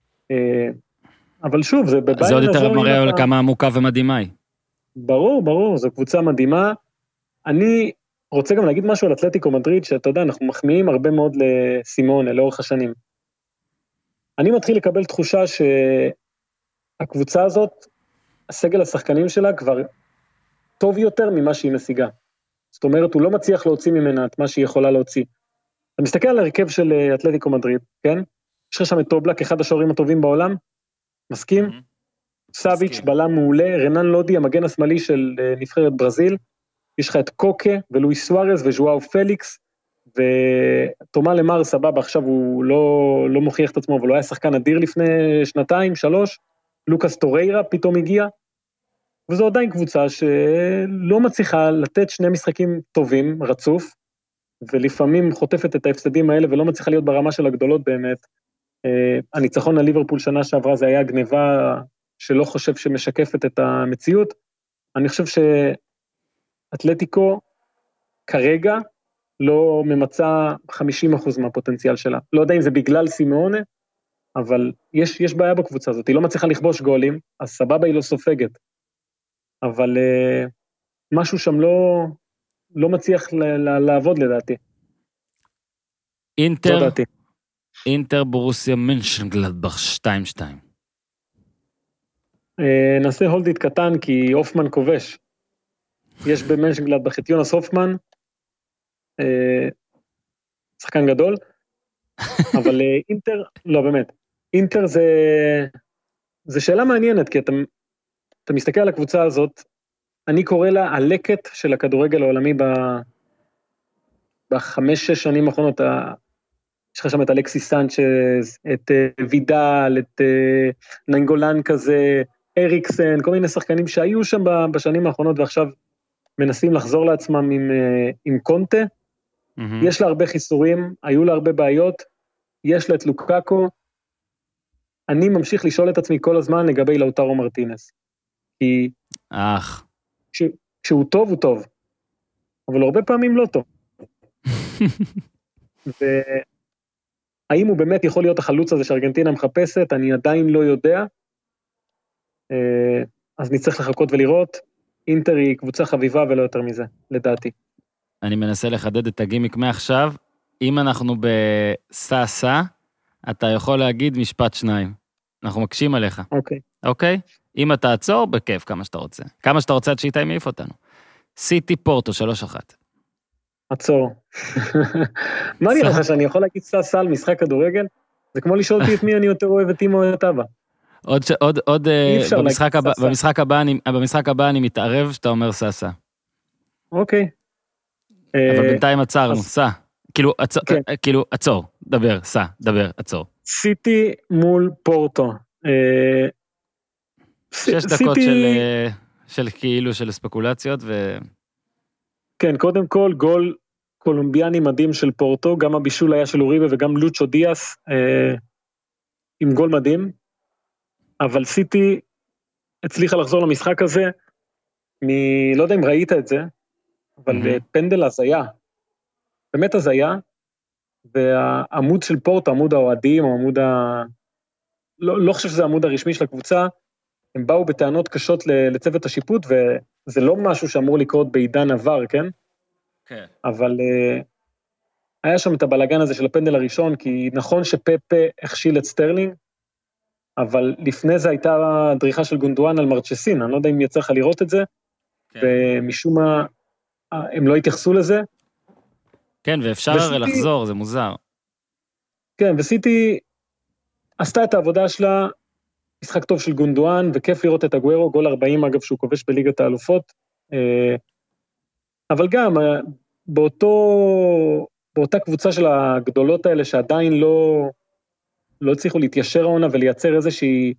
אבל שוב, זה בבית... זה עוד יותר מראה על כמה עמוקה ומדהימה היא. ברור, זו קבוצה מדהימה. אני רוצה גם להגיד משהו על אתלטיקו מדריד, שאתה יודע, אנחנו מחמיאים הרבה מאוד לסימונה, לאורך השנים. אני מתחיל לקבל תחושה שהקבוצה הזאת, הסגל השחקנים שלה כבר טוב יותר ממה שהיא משיגה. זאת אומרת, הוא לא מצליח להוציא ממנה את מה שהיא יכולה להוציא. אתה מסתכל על הרכב של אתלטיקו מדריד, כן? יש לך שם את טובלק, אחד השוערים הטובים בעולם, מסכים? סאביץ' בלם מעולה, רנן לודי, המגן השמאלי של נבחרת ברזיל, יש לך את קוקה ולואיס סוארז וז'ואאו פליקס, ותומה למר סבבה, עכשיו הוא לא מוכיח את עצמו, אבל הוא היה שחקן אדיר לפני 2-3, לוקאס טוריירה פתאום הגיע, וזו עדיין קבוצה שלא מצליחה לתת שני משחקים טובים, רצוף, ולפעמים חוטפת את ההפסדים האלה, ולא מצליחה להיות ברמה של הגדולות באמת. הניצחון על ליברפול שנה שעברה, זה היה גניבה שלא חושב שמשקפת את המציאות. אני חושב שאתלטיקו כרגע לא ממצא 50% מהפוטנציאל שלה. לא יודע אם זה בגלל סימאונה, אבל יש בעיה בקבוצה הזאת. היא לא מצליחה לכבוש גולים, אז סבבה היא לא סופגת. אבל משהו שם לא מצליח לעבוד לדעתי. אינטר ברוסיה מנשנגלדבך 2-2. נעשה הולדית קטן, כי הופמן כובש. יש במנשנגלדבך את יונס הופמן, שחקן גדול, אבל אינטר, לא באמת, אינטר זה שאלה מעניינת, כי אתה מסתכל על הקבוצה הזאת, אני קורא לה הלקט של הכדורגל העולמי ב5-6 שנים האחרונות, יש לך שם את אלכסי סנצ'ז, את וידל, את ננגולן כזה, אריקסן, כל מיני שחקנים שהיו שם בשנים האחרונות, ועכשיו מנסים לחזור לעצמם עם קונטה, יש לה הרבה חיסורים, היו לה הרבה בעיות, יש לה את לוקאקו, אני ממשיך לשאול את עצמי כל הזמן לגבי לאוטרו מרטינס, כי כשהוא טוב, הוא טוב, אבל הרבה פעמים לא טוב. והאם הוא באמת יכול להיות החלוץ הזה שארגנטינה מחפשת, אני עדיין לא יודע, אז נצטרך לחכות ולראות, אינטר היא קבוצה חביבה ולא יותר מזה, לדעתי. אני מנסה לחדד את הגימיק מעכשיו, אם אנחנו בססה, אתה יכול להגיד משפט 2, אנחנו מקשים עליך. אוקיי? אם אתה עצור, בכיף כמה שאתה רוצה. כמה שאתה רוצה עד שאיתה הם יעיף אותנו. סיטי פורטו 3-1. עצור. מה נראה לך שאני יכול להגיד ססה על משחק כדורגל? זה כמו לשאול אותי את מי אני יותר אוהב את אימו או את אבא. עוד במשחק הבא אני מתערב שאתה אומר ססה. אוקיי. אבל בינתיים עצרנו, סע. כאילו, עצור, דבר, סע, דבר, עצור. סיטי מול פורטו. 6 דקות של כאילו של ספקולציות ו... כן, קודם כל, גול קולומביאני מדהים של פורטו, גם הבישול היה של אוריבה וגם לוצ'ו דיאס, עם גול מדהים, אבל סיטי הצליחה לחזור למשחק הזה, לא יודע אם ראית את זה, אבל פנדל הזיה, באמת הזיה, והעמוד של פורט, עמוד האוהדים, או עמוד לא חושב שזה העמוד הרשמי של הקבוצה, הם באו בטענות קשות לצוות השיפוט, וזה לא משהו שאמור לקרות בעידן עבר, כן? כן. אבל היה שם את הבלגן הזה של הפנדל הראשון, כי נכון שפפה הכשיל את סטרלינג, אבל לפני זה הייתה הדריכה של גונדואן על מרצ'סין, אני לא יודע אם יצא לך לראות את זה, כן. ומשום מה הם לא התייחסו לזה. כן, ואפשר לחזור, זה מוזר. כן, וסיטי עשתה את העבודה שלה, משחק טוב של גונדואן, וכיף לראות את הגוארו, גול 40 אגב שהוא כובש בליגת האלופות, אבל גם באותה קבוצה של הגדולות האלה, שעדיין לא הצליחו להתיישר העונה, ולייצר איזושהי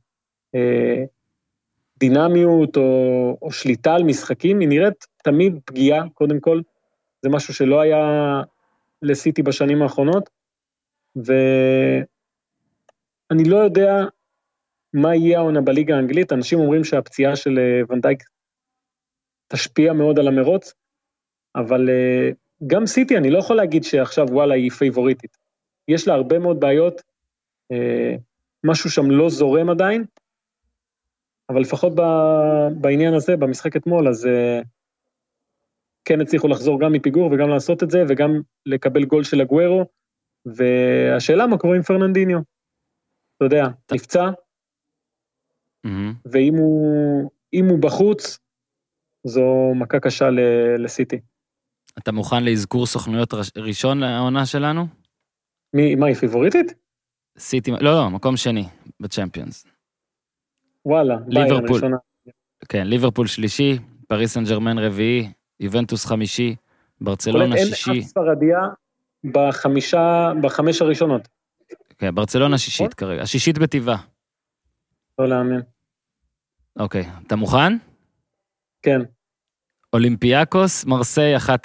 דינמיות או שליטה על משחקים, היא נראית תמיד פגיעה, קודם כל, זה משהו שלא היה לסיטי בשנים האחרונות, ואני לא יודע מה יהיה העונה בליגה האנגלית, אנשים אומרים שהפציעה של ונדייק תשפיע מאוד על המרוץ, אבל גם סיטי, אני לא יכול להגיד שעכשיו וואלה היא פייבוריטית, יש לה הרבה מאוד בעיות, משהו שם לא זורם עדיין, אבל לפחות בעניין הזה, במשחק אתמול, אז כן הצליחו לחזור גם מפיגור וגם לעשות את זה, וגם לקבל גול של הגוארו, והשאלה מה קורה עם פרננדיניו, אתה יודע, נפצע, ואם הוא בחוץ, זו מכה קשה לסיטי. אתה מוכן להזכור סוכנויות ראשון לעונה שלנו? מה, היא פיבוריטית? סיטי, לא, מקום שני, בצ'מפיונס. וואלה, ביירן ראשונה. כן, ליברפול שלישי, פריס סן ז'רמן רביעי, יובנטוס חמישי, ברצלונה שישי. אין אף ספרדיה בחמש הראשונות. כן, ברצלונה שישית כרגע, השישית בטבעה. לא להאמין. אוקיי, אתה מוכן? כן. אולימפיאקוס, מרסיי 1-0.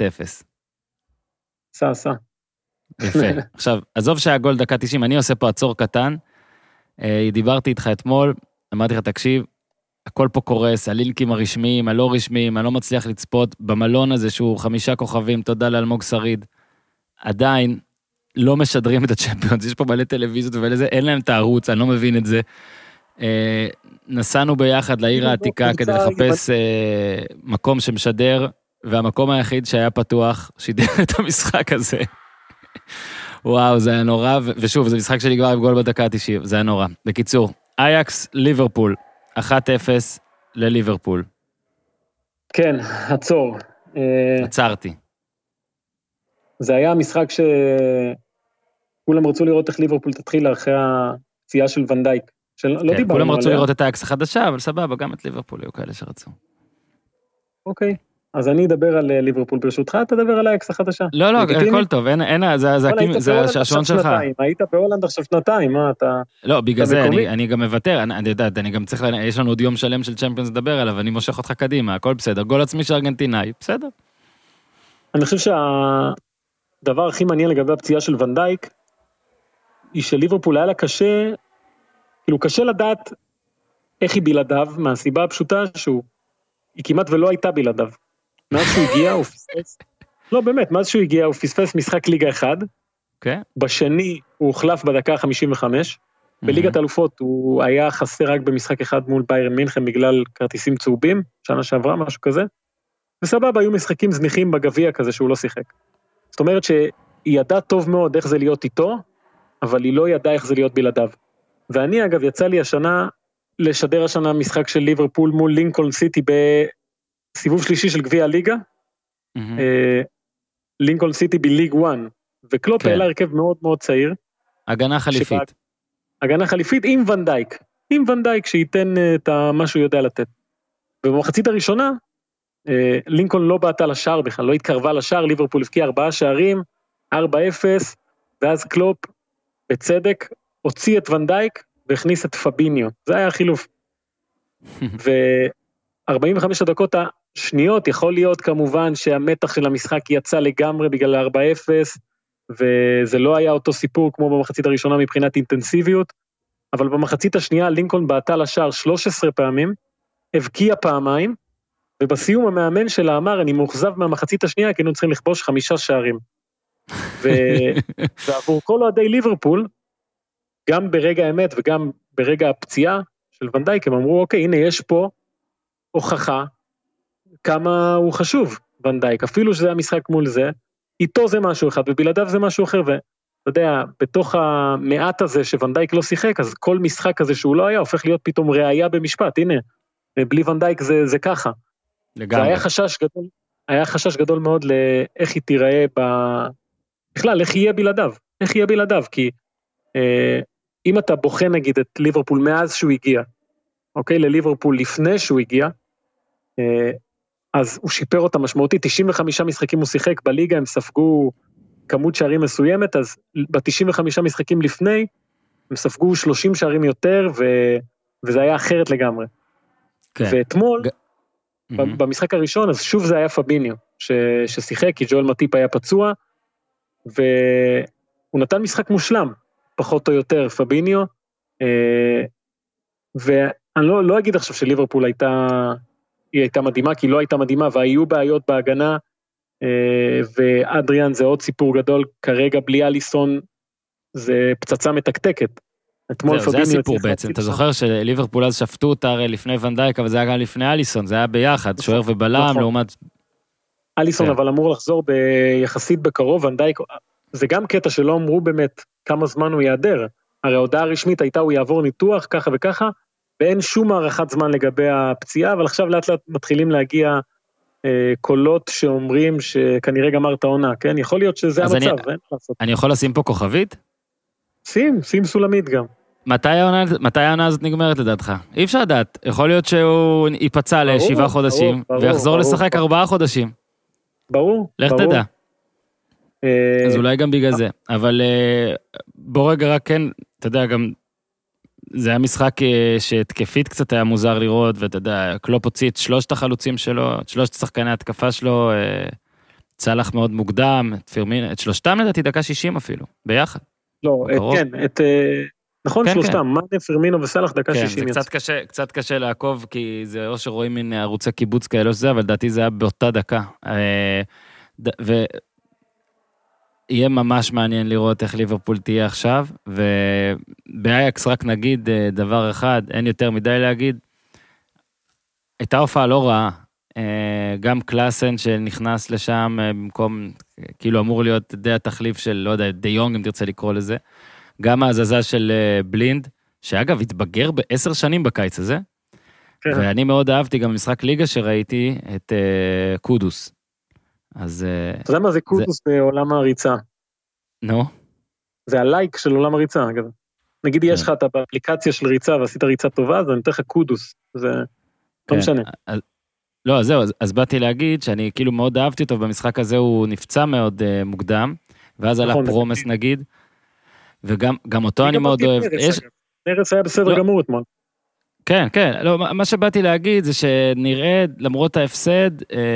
סע. יפה. עכשיו, עזוב שהגול דקה 90, אני עושה פה עצור קטן, דיברתי איתך אתמול, אמרתי לך, תקשיב, הכל פה קורס, הלינקים הרשמיים, הלא רשמיים, אני לא מצליח לצפות במלון הזה שהוא 5 כוכבים, תודה לאלמוג שריד, עדיין לא משדרים את הצ'מפיונס, יש פה מלא טלוויזיות ולזה, אין להם את הערוץ, אני לא מבין את זה. נסענו ביחד לעיר העתיקה כדי לחפש מקום שמשדר, והמקום היחיד שהיה פתוח, שידר את המשחק הזה. וואו, זה היה נורא, ושוב, זה משחק שנגמר עם גול בדקה ה-90, זה היה נורא. בקיצור, אייקס, ליברפול, 1-0 לליברפול. כן, עצור. עצרתי. זה היה משחק שכולם רצו לראות איך ליברפול תתחיל אחרי הפציעה של ונדייק. כן, כולם רצו לראות את האקס החדשה, אבל סבבה, גם את ליברפול היו כאלה שרצו. אוקיי, אז אני אדבר על ליברפול ברשותך, תדבר על האקס החדשה. לא, הכל טוב, זה השעשון שלך. היית בהולנד עכשיו שנתיים, מה אתה... לא, בגלל זה, אני גם מוותר, אני יודעת, אני גם צריך, יש לנו עוד יום שלם של צ'מפיונס לדבר עליו, אני מושך אותך קדימה, הכל בסדר, גול עצמי של ארגנטינאי, בסדר. אני חושב שהדבר הכי מעניין לגבי הפציעה של ונדייק, היא שליברפול היה לה קשה, כאילו קשה לדעת איך היא בלעדיו, מהסיבה הפשוטה היא כמעט ולא הייתה בלעדיו. מאז שהוא הגיע הוא פספס, לא באמת, מאז שהוא הגיע הוא פספס משחק ליגה אחד, בשני הוא הוחלף בדקה 55, בליגת אלופות הוא היה חסר רק במשחק אחד מול ביירן מינכן בגלל כרטיסים צהובים, שנה שעברה, משהו כזה, וסבבה, היו משחקים זניחים בגביע כזה שהוא לא שיחק. זאת אומרת שהיא ידעה טוב מאוד איך זה להיות איתו, אבל היא לא ידעה איך זה להיות בלעדיו. ואני אגב יצא לי לשדר השנה משחק של ליברפול מול לינקולן סיטי בסיבוב שלישי של גביע הליגה, לינקולן סיטי בליג 1, וקלופ העלה הרכב מאוד מאוד צעיר. הגנה חליפית. הגנה חליפית עם ונדייק שייתן את מה שהוא יודע לתת. ובמחצית הראשונה, לינקולן לא בעטה לשער בכלל, לא התקרבה לשער, ליברפול הבקיע 4 שערים, 4-0, ואז קלופ בצדק הוציא את ונדייק והכניס את פביניו, זה היה החילוף. ו-45 הדקות השניות יכול להיות כמובן שהמתח של המשחק יצא לגמרי בגלל 4-0, וזה לא היה אותו סיפור כמו במחצית הראשונה מבחינת אינטנסיביות, אבל במחצית השנייה לינקולן בעטה לשער 13 פעמים, הבקיע פעמיים, ובסיום המאמן שלה אמר, אני מאוכזב מהמחצית השנייה, כי היינו צריכים לכבוש 5 שערים. ועבור כל אוהדי ליברפול, גם ברגע האמת וגם ברגע הפציעה של ונדייק, הם אמרו, אוקיי, הנה יש פה הוכחה כמה הוא חשוב, ונדייק, אפילו שזה המשחק מול זה, איתו זה משהו אחד, ובלעדיו זה משהו אחר, ואתה יודע, בתוך המעט הזה שוונדייק לא שיחק, אז כל משחק הזה שהוא לא היה, הופך להיות פתאום ראייה במשפט, הנה, בלי ונדייק זה ככה. לגמרי. היה חשש גדול מאוד לאיך היא תיראה בכלל, איך יהיה בלעדיו, כי אם אתה בוחן נגיד את ליברפול מאז שהוא הגיע, אוקיי, לליברפול לפני שהוא הגיע, אז הוא שיפר אותה משמעותית, 95 משחקים הוא שיחק בליגה, הם ספגו כמות שערים מסוימת, אז ב-95 משחקים לפני, הם ספגו 30 שערים יותר, וזה היה אחרת לגמרי. כן. ואתמול, במשחק הראשון, אז שוב זה היה פביניו, ששיחק, כי ג'ואל מטיפ היה פצוע, והוא נתן משחק מושלם, פחות או יותר פביניו, ואני לא אגיד עכשיו שליברפול היא הייתה מדהימה, כי היא לא הייתה מדהימה, והיו בעיות בהגנה, ואדריאן זה עוד סיפור גדול, כרגע בלי אליסון, זה פצצה מתקתקת. זה הסיפור בעצם, אתה זוכר שליברפול אז שפטו אותה הרי לפני ונדייק, אבל זה היה גם לפני אליסון, זה היה ביחד, שוער ובלם לעומת... אליסון אבל אמור לחזור ביחסית בקרוב, ונדייק, זה גם קטע שלא אמרו באמת כמה זמן הוא יעדר, הרי ההודעה הרשמית הייתה הוא יעבור ניתוח ככה וככה, ואין שום הערכת זמן לגבי הפציעה, אבל עכשיו לאט לאט מתחילים להגיע קולות שאומרים שכנראה גמר את העונה, כן? יכול להיות שזה המצב, אין לעשות. אני יכול לשים פה כוכבית? שים סולמית גם. מתי העונה הזאת נגמרת לדעתך? אי אפשר לדעת, יכול להיות שהוא ייפצע ל7 חודשים, ויחזור לשחק 4 חודשים. ברור. לך תדע. אז אולי גם בגלל זה, אבל בוא רגע רק כן, אתה יודע גם, זה היה משחק שתקפית קצת היה מוזר לראות, ואתה יודע, קלופ הוציא את 3 החלוצים שלו, את 3 שחקני התקפה שלו, צלח מאוד מוקדם, את 3 לדעתי דקה 60 אפילו, ביחד. לא, כן, נכון, 3, מאנה, פרמינו וסלח דקה 60. זה קצת קשה לעקוב, כי זה או שרואים מן ערוצי קיבוץ כאלו שזה, אבל לדעתי זה היה באותה דקה. יהיה ממש מעניין לראות איך ליברפול תהיה עכשיו, ובאייקס רק נגיד דבר אחד, אין יותר מדי להגיד, הייתה הופעה לא רעה, גם קלאסן שנכנס לשם, במקום, כאילו אמור להיות די התחליף של, לא יודע, די יונג אם תרצה לקרוא לזה, גם ההזזה של בלינד, שאגב התבגר ב10 שנים בקיץ הזה, כן. ואני מאוד אהבתי גם משחק ליגה שראיתי את קודוס. אז... אתה יודע מה זה קודוס בעולם הריצה? נו? זה הלייק של עולם הריצה, אגב. נגיד יש לך, אתה באפליקציה של ריצה ועשית ריצה טובה, אז אני נותן לך קודוס. זה לא משנה. לא, זהו, אז באתי להגיד שאני כאילו מאוד אהבתי אותו, במשחק הזה הוא נפצע מאוד מוקדם, ואז עלה פרומס נגיד, וגם אותו אני מאוד אוהב. נרס היה בסדר גמור אתמול. כן, כן, לא, מה שבאתי להגיד זה שנראה, למרות ההפסד,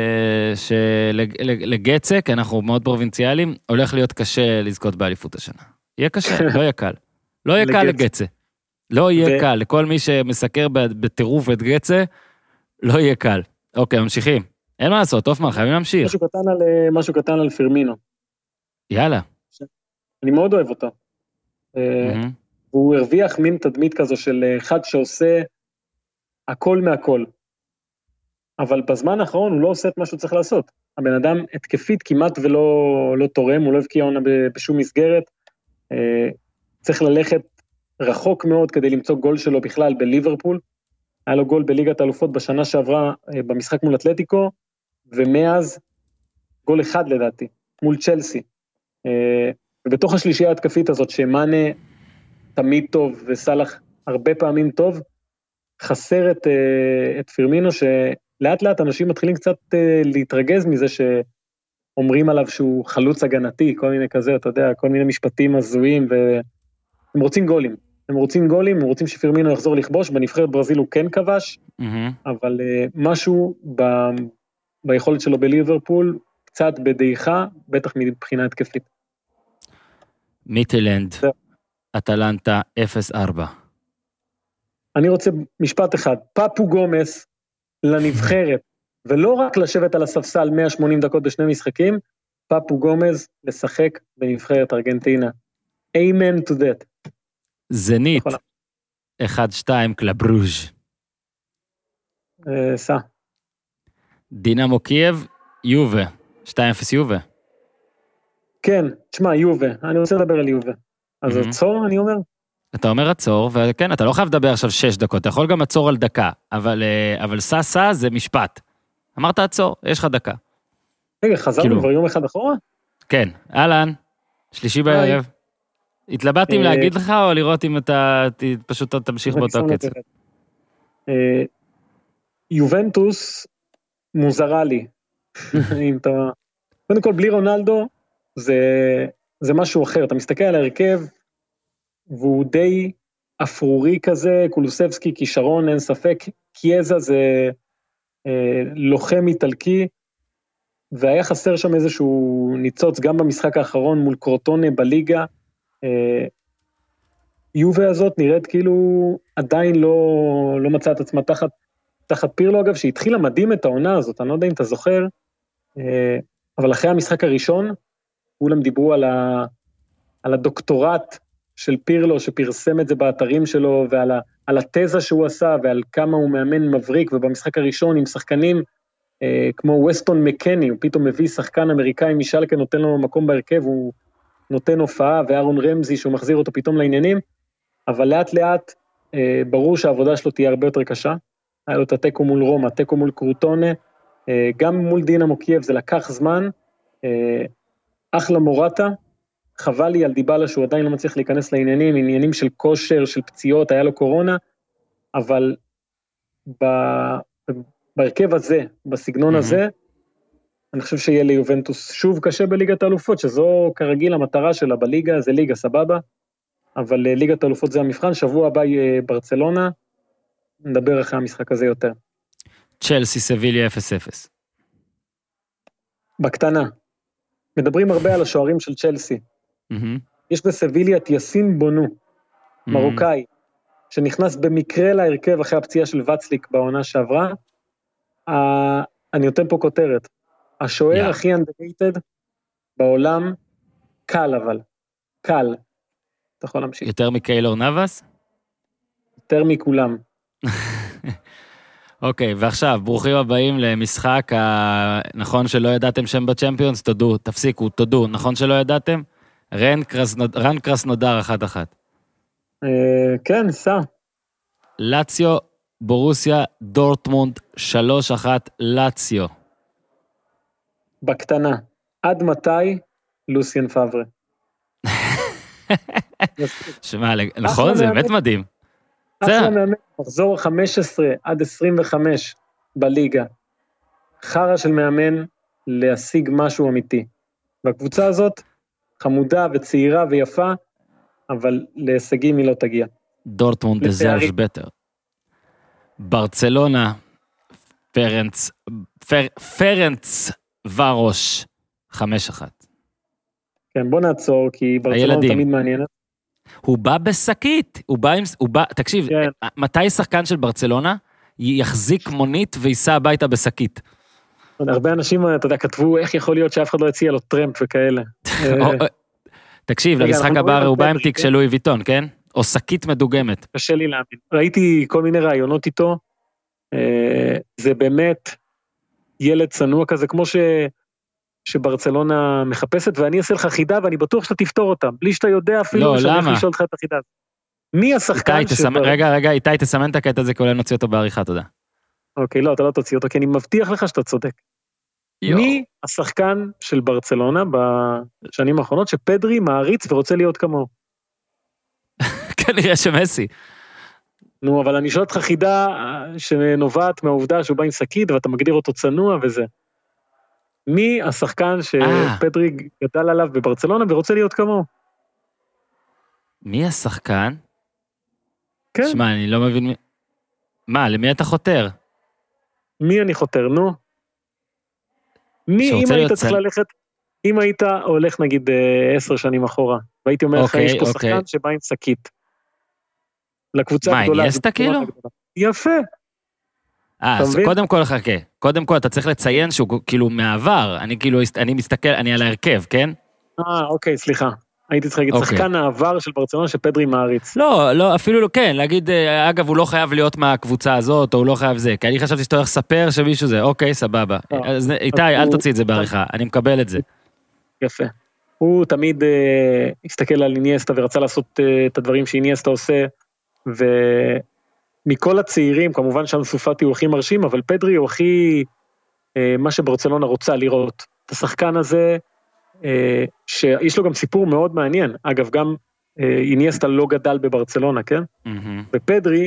שלגצק, אנחנו מאוד פרובינציאליים, הולך להיות קשה לזכות באליפות השנה. יהיה קשה, לא יהיה קל. לא יהיה קל לגצה. לא יהיה קל, לכל מי שמסקר בטירוף את גצה, לא יהיה קל. אוקיי, ממשיכים. אין מה לעשות, אופמן, חייבים להמשיך. משהו קטן על פרמינו. יאללה. אני מאוד אוהב אותו. הוא הרוויח מין תדמית כזו של אחד שעושה הכל מהכל. אבל בזמן האחרון הוא לא עושה את מה שהוא צריך לעשות. הבן אדם התקפית כמעט ולא תורם, הוא לא הבקיע עונה בשום מסגרת. צריך ללכת רחוק מאוד כדי למצוא גול שלו בכלל בליברפול. היה לו גול בליגת האלופות בשנה שעברה במשחק מול אתלטיקו, ומאז גול אחד לדעתי, מול צ'לסי. ובתוך השלישייה ההתקפית הזאת, שמאנה תמיד טוב וסלח הרבה פעמים טוב, חסר את פרמינו, שלאט לאט אנשים מתחילים קצת להתרגז מזה שאומרים עליו שהוא חלוץ הגנתי, כל מיני כזה, אתה יודע, כל מיני משפטים הזויים, והם רוצים גולים. הם רוצים שפרמינו יחזור לכבוש, בנבחרת ברזיל הוא כן כבש, אבל משהו ביכולת שלו בליברפול, קצת בדעיכה, בטח מבחינה התקפית. מיטלנד, אטלנטה 0-4. אני רוצה משפט אחד, פפו גומס לנבחרת, ולא רק לשבת על הספסל 180 דקות בשני משחקים, פפו גומז לשחק בנבחרת ארגנטינה. Amen to that. זנית, 1-2 קלאב רוז'. סע. דינמו קייב, יובה, 2-0 יובה. כן, תשמע, יובה, אני רוצה לדבר על יובה. אז עצור, אני אומר? אתה אומר עצור, וכן, אתה לא חייב לדבר עכשיו 6 דקות, אתה יכול גם עצור על דקה, אבל סע זה משפט. אמרת עצור, יש לך דקה. רגע, חזרנו כבר יום אחד אחורה? כן, אהלן, שלישי בערב. התלבטתי אם להגיד לך, או לראות אם אתה פשוט תמשיך באותו קצב. יובנטוס מוזרה לי. קודם כל, בלי רונלדו, זה משהו אחר. אתה מסתכל על ההרכב, והוא די אפרורי כזה, קולוסבסקי, כישרון, אין ספק, קיאזה זה לוחם איטלקי, והיה חסר שם איזשהו ניצוץ, גם במשחק האחרון מול קרוטונה בליגה, יובה הזאת נראית כאילו עדיין לא מצא את עצמה תחת פירלו, אגב, שהתחילה מדהים את העונה הזאת, אני לא יודע אם אתה זוכר, אבל אחרי המשחק הראשון, כולם דיברו על הדוקטורט של פירלו, שפרסם את זה באתרים שלו, ועל התזה שהוא עשה, ועל כמה הוא מאמן מבריק, ובמשחק הראשון עם שחקנים, כמו ווסטון מקני, הוא פתאום מביא שחקן אמריקאי משלקה, נותן לו מקום בהרכב, הוא נותן הופעה, וארון רמזי שהוא מחזיר אותו פתאום לעניינים, אבל לאט לאט ברור שהעבודה שלו תהיה הרבה יותר קשה, היה לו את הטקו מול רומא, הטקו מול קרוטונה, גם מול דינמו קייב זה לקח זמן, אחלה מורטה, חבל לי על דיבלה שהוא עדיין לא מצליח להיכנס לעניינים, עניינים של כושר, של פציעות, היה לו קורונה, אבל בהרכב הזה, בסגנון הזה, אני חושב שיהיה ליובנטוס שוב קשה בליגת האלופות, שזו כרגיל המטרה שלה בליגה, זה ליגה סבבה, אבל ליגת האלופות זה המבחן, שבוע הבא ברצלונה, נדבר אחרי המשחק הזה יותר. צ'לסי, סביליה 0-0. בקטנה. מדברים הרבה על השוערים של צ'לסי. יש בסביליה את יסין בונו, מרוקאי, שנכנס במקרה להרכב אחרי הפציעה של וצליק בעונה שעברה. אני נותן פה כותרת. השוער הכי underrated בעולם, קל אבל. קל. אתה יכול להמשיך. יותר מקיילור נאבס? יותר מכולם. אוקיי, ועכשיו, ברוכים הבאים למשחק, נכון שלא ידעתם שם בצ'מפיונס, תודו, תפסיקו, תודו, נכון שלא ידעתם? רן קרסנודר 1-1. כן, סע. לציו, בורוסיה, דורטמונד, 3-1, לציו. בקטנה, עד מתי לוסיאן פאברה? שמע, נכון, זה באמת מדהים. אחלה מאמן, מחזור 15 עד 25 בליגה. חרה של מאמן להשיג משהו אמיתי. והקבוצה הזאת חמודה וצעירה ויפה, אבל להישגים היא לא תגיע. דורטמונד deserves better. ברצלונה, פרנץ ורוש, 5-1. כן, בוא נעצור, כי ברצלונה תמיד מעניינת. הוא בא בסקית, תקשיב, מתי שחקן של ברצלונה יחזיק מונית וייסע הביתה בסקית? הרבה אנשים, אתה יודע, כתבו איך יכול להיות שאף אחד לא הציע לו טרמפ וכאלה. תקשיב, למשחק הבא הוא בא עם תיק של לואי ויטון, כן? או שקית מדוגמת. קשה לי להאמין. ראיתי כל מיני רעיונות איתו, זה באמת ילד צנוע כזה, כמו שברצלונה מחפשת, ואני אעשה לך חידה, ואני בטוח שאתה תפתור אותה, בלי שאתה יודע אפילו שאני יכול לשאול לך את החידה. מי השחקן רגע, איתי, תסמן את הקטע הזה, כי אולי נוציא אותו בעריכה, תודה. אוקיי, לא, אתה לא תוציא אותו, כי אני מבטיח לך שאתה צודק. מי השחקן של ברצלונה בשנים האחרונות, שפדרי מעריץ ורוצה להיות כמוהו? כנראה שמסי. נו, אבל אני שואל אותך חידה שנובעת מהעובדה שהוא בא עם שקית, ואתה מגדיר אותו צנוע וזה. מי השחקן שפדרי גדל עליו בברצלונה ורוצה להיות כמוהו? מי השחקן? כן. שמע, אני לא מבין... מה, למי אתה חותר? מי אני חותר, נו? מי, אם היית צריך ללכת, אם היית הולך נגיד 10 שנים אחורה, והייתי אומר לך, יש פה שחקן שבא עם שקית. לקבוצה הגדולה. מה, איניאסטה כאילו? יפה. אז קודם כל חכה, קודם כל אתה צריך לציין שהוא כאילו מעבר, אני מסתכל, אני על ההרכב, כן? אוקיי, סליחה. הייתי צריך להגיד, שחקן העבר של ברצלונה שפדרי מעריץ. לא, אפילו לא, כן, להגיד, אגב, הוא לא חייב להיות מהקבוצה הזאת, או הוא לא חייב זה, כי אני חשבתי שאתה הולך לספר שמישהו זה, אוקיי, סבבה. אז איתי, אל תוציא את זה בעריכה, אני מקבל את זה. יפה. הוא תמיד הסתכל על איניאסטה ורצה לעשות את הדברים שאיניאסטה עושה, ומכל הצעירים, כמובן שאנסו פאטי הוא הכי מרשים, אבל פדרי הוא הכי, מה שברצלונה רוצה לראות. את השחקן הזה, שיש לו גם סיפור מאוד מעניין, אגב גם איניאסטה לא גדל בברצלונה, כן? ופדרי,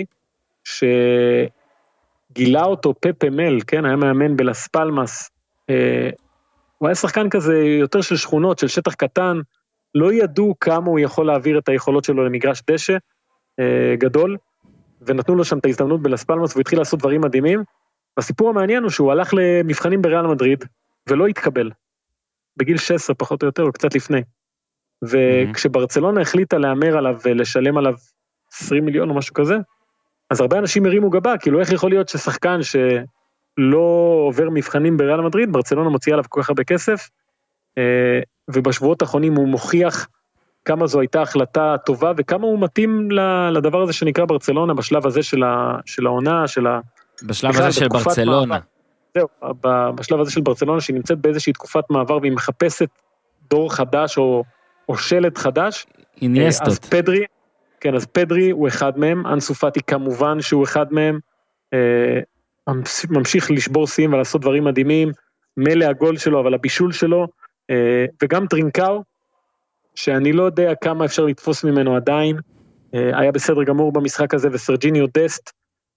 שגילה אותו פפה מל, כן? היה מאמן בלס פלמאס, הוא היה שחקן כזה יותר של שכונות, של שטח קטן, לא ידעו כמה הוא יכול להעביר את היכולות שלו למגרש דשא גדול, ונתנו לו שם את ההזדמנות בלס פלמאס, והוא התחיל לעשות דברים מדהימים, והסיפור המעניין הוא שהוא הלך למבחנים בריאל מדריד, ולא התקבל. בגיל 16 פחות או יותר, או קצת לפני. וכשברצלונה החליטה לאמר עליו ולשלם עליו 20 מיליון או משהו כזה, אז הרבה אנשים הרימו גבה, כאילו איך יכול להיות ששחקן שלא עובר מבחנים בריאל מדריד, ברצלונה מוציאה עליו כל כך הרבה כסף, ובשבועות האחרונים הוא מוכיח כמה זו הייתה החלטה טובה, וכמה הוא מתאים לדבר הזה שנקרא ברצלונה, בשלב הזה של העונה, בשלב הזה של ברצלונה. זהו, בשלב הזה של ברצלונה, שהיא נמצאת באיזושהי תקופת מעבר, והיא מחפשת דור חדש, או שלד חדש. איניאסטות. אז פדרי הוא אחד מהם, אנסו פאטי כמובן שהוא אחד מהם, ממשיך לשבור שיאים ולעשות דברים מדהימים, מלא הגול שלו, אבל הבישול שלו, וגם טרינקאו, שאני לא יודע כמה אפשר לתפוס ממנו עדיין, היה בסדר גמור במשחק הזה, וסרג'יניו דסט,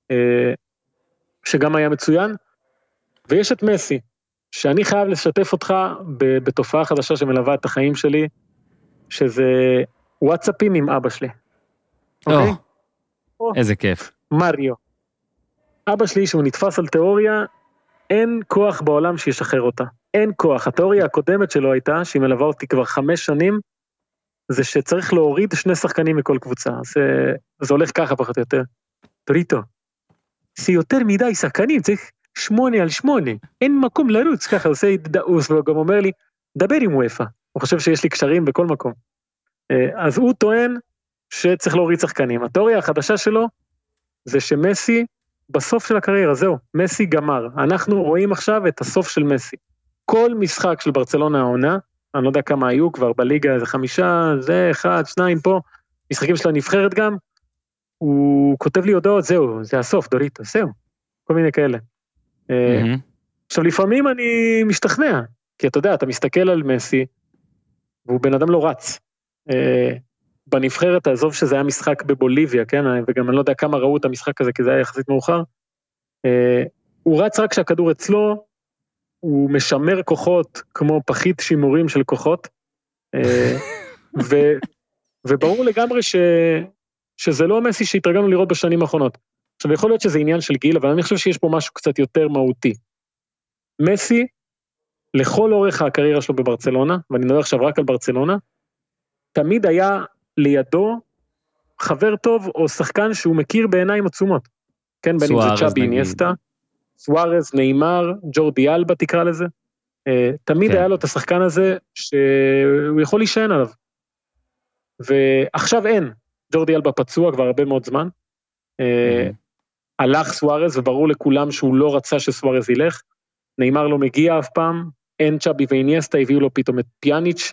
שגם היה מצוין, ויש את מסי, שאני חייב לשתף אותך בתופעה חדשה שמלווה את החיים שלי, שזה וואטסאפים עם אבא שלי. אוקיי? איזה כיף. מריו. אבא שלי שהוא נתפס על תיאוריה, אין כוח בעולם שישחרר אותה. אין כוח. התיאוריה הקודמת שלו הייתה, שהיא מלווה אותי כבר 5 שנים, זה שצריך להוריד 2 שחקנים מכל קבוצה. זה הולך ככה פחות או יותר. טוריטו, זה יותר מדי שחקנים, צריך 8-8, אין מקום לרוץ, ככה עושה דאוס, והוא גם אומר לי, דבר עם וופא, הוא חושב שיש לי קשרים בכל מקום. אז הוא טוען שצריך להוריד שחקנים. התיאוריה החדשה שלו, זה שמסי, בסוף של הקריירה, זהו, מסי גמר. אנחנו רואים עכשיו את הסוף של מסי. כל משחק של ברצלונה העונה, אני לא יודע כמה היו כבר בליגה, זה 5, זה 1, 2 פה, משחקים של הנבחרת גם, הוא כותב לי הודעות, זהו, זה הסוף, דוריטו, זהו, כל מיני כאלה. עכשיו, לפעמים אני משתכנע, כי אתה יודע, אתה מסתכל על מסי, והוא בן אדם לא רץ. בנבחרת, העזוב שזה היה משחק בבוליביה, כן? וגם אני לא יודע כמה ראו את המשחק הזה, כי זה היה יחסית מאוחר. הוא רץ רק כשהכדור אצלו, הוא משמר כוחות, כמו פחית שימורים של כוחות, וברור לגמרי שזה לא מסי שהתרגלנו לראות בשנים האחרונות. עכשיו, יכול להיות שזה עניין של גיל, אבל אני חושב שיש פה משהו קצת יותר מהותי. מסי, לכל אורך הקריירה שלו בברצלונה, ואני מדבר עכשיו רק על ברצלונה, תמיד היה לידו חבר טוב או שחקן שהוא מכיר בעיניים עצומות. כן, בין אם זה צ'אבי איניאסטה, סוארז, ניימר, ג'ורדי אלבה תקרא לזה. תמיד היה לו את השחקן הזה שהוא יכול להישען עליו. ועכשיו אין. ג'ורדי אלבה פצוע כבר הרבה מאוד זמן. הלך סוארז וברור לכולם שהוא לא רצה שסוארז ילך. ניימר לא מגיע אף פעם. אין צ'אבי ואיניאסטה, הביאו לו פתאום את פיאניץ'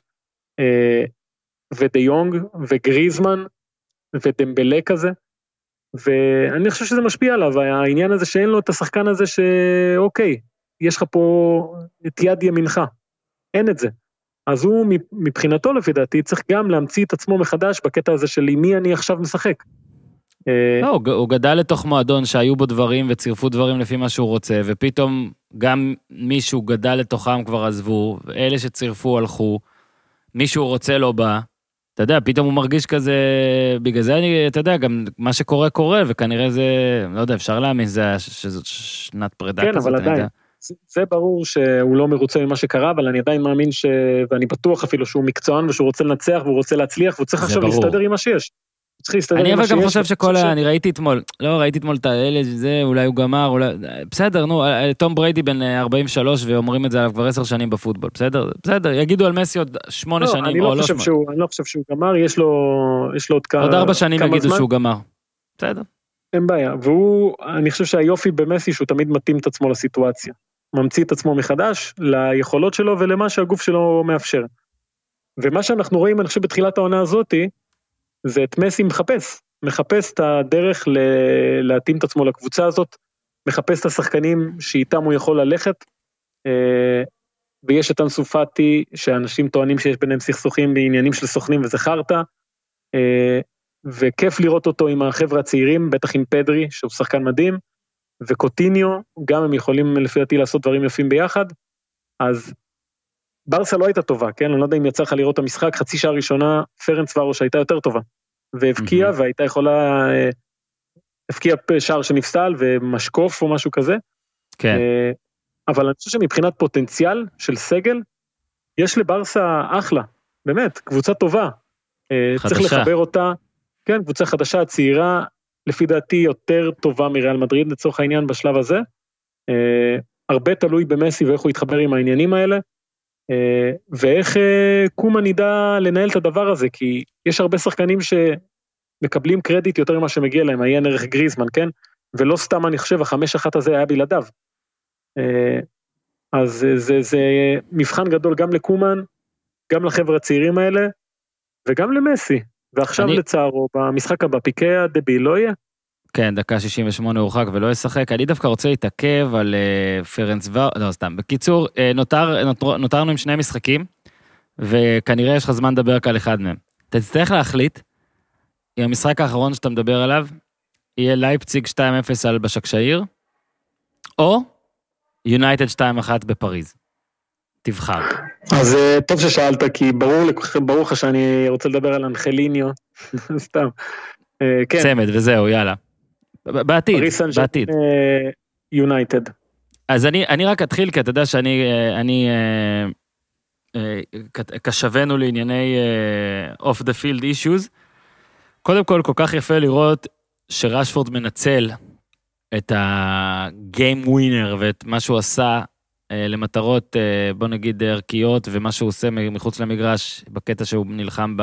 ודיונג וגריזמן ודמבלה כזה. ואני חושב שזה משפיע עליו, העניין הזה שאין לו את השחקן הזה שאוקיי, יש לך פה את יד ימינך, אין את זה. אז הוא מבחינתו לפי דעתי צריך גם להמציא את עצמו מחדש בקטע הזה של מי אני עכשיו משחק. לא, הוא גדל לתוך מועדון שהיו בו דברים וצירפו דברים לפי מה שהוא רוצה, ופתאום גם מישהו גדל לתוכם כבר עזבו, אלה שצירפו הלכו, מישהו רוצה לא בא, אתה יודע, פתאום הוא מרגיש כזה, בגלל זה אתה יודע, גם מה שקורה קורה, וכנראה זה, לא יודע, אפשר להאמין, שזאת שנת פרידה כזאת. כן, אבל עדיין, זה ברור שהוא לא מרוצה ממה שקרה, אבל אני עדיין מאמין ואני בטוח אפילו שהוא מקצוען, ושהוא רוצה לנצח, והוא רוצה להצליח, והוא צריך עכשיו להסתדר עם מה שיש. צריך להסתדר אני עם מה אבל גם שיש, חושב שכל, אני ראיתי אתמול את האלה, זה אולי הוא גמר, בסדר, נו, תום בריידי בן 43 ואומרים את זה עליו כבר 10 שנים בפוטבול, בסדר, יגידו על מסי עוד 8 שנים, אני לא חושב שהוא גמר, יש לו עוד 4 שנים יגידו שהוא גמר, בסדר. אין בעיה, אני חושב שהיופי במסי שהוא תמיד מתאים את עצמו לסיטואציה, ממציא את עצמו מחדש, ליכולות שלו ולמה שהגוף שלו מאפשר. ומה שאנחנו רואים, אני חושב בתחילת העונה הזאת, זה את מסי מחפש את הדרך להתאים את עצמו לקבוצה הזאת, מחפש את השחקנים שאיתם הוא יכול ללכת, ויש את אנסו פאטי, שאנשים טוענים שיש ביניהם סכסוכים בעניינים של סוכנים וזה חרטא, וכיף לראות אותו עם החבר'ה הצעירים, בטח עם פדרי, שהוא שחקן מדהים, וקוטיניו, גם הם יכולים לפי דעתי לעשות דברים יפים ביחד, אז ברסה לא הייתה טובה, כן? אני לא יודע אם יצא לך לראות את המשחק, חצי שעה ראשונה, פרנץ ורוש הייתה יותר טובה, והבקיעה, והייתה יכולה, הבקיעה שער שנפסל, ומשקוף או משהו כזה, כן. אבל אני חושב שמבחינת פוטנציאל של סגל, יש לברסה אחלה, באמת, קבוצה טובה, צריך לחבר אותה, כן, קבוצה חדשה, צעירה, לפי דעתי יותר טובה מריאל מדריד, לצורך העניין בשלב הזה, הרבה תלוי במסי ואיך הוא יתחבר עם העניינים האלה, ואיך קומן ידע לנהל את הדבר הזה, כי יש הרבה שחקנים שמקבלים קרדיט יותר ממה שמגיע להם, העיין ערך גריזמן, כן? ולא סתם אני חושב, 5-1 הזה היה בלעדיו. אז זה מבחן גדול גם לקומן, גם לחבר'ה הצעירים האלה, וגם למסי. ועכשיו לצערו, במשחק הבא, פיקה הדביל לא יהיה? כן, דקה 68 הורחק ולא ישחק. אני דווקא רוצה להתעכב על פרנץ לא, סתם. בקיצור, נותרנו עם 2 משחקים, וכנראה יש לך זמן לדבר על אחד מהם. אתה תצטרך להחליט, אם המשחק האחרון שאתה מדבר עליו, יהיה לייפציג 2-0 על בשקשאיר, או יונייטד 2-1 בפריז. תבחר. אז טוב ששאלת, כי ברור לך שאני רוצה לדבר על אנחליניו, סתם. כן. צמד וזהו, יאללה. בעתיד. יונייטד. אז אני רק אתחיל, כי אתה יודע שאני קשבנו לענייני off the field issues. קודם כל כך יפה לראות שרשפורד מנצל את ה-game winner ואת מה שהוא עשה למטרות, בוא נגיד, ערכיות, ומה שהוא עושה מחוץ למגרש, בקטע שהוא נלחם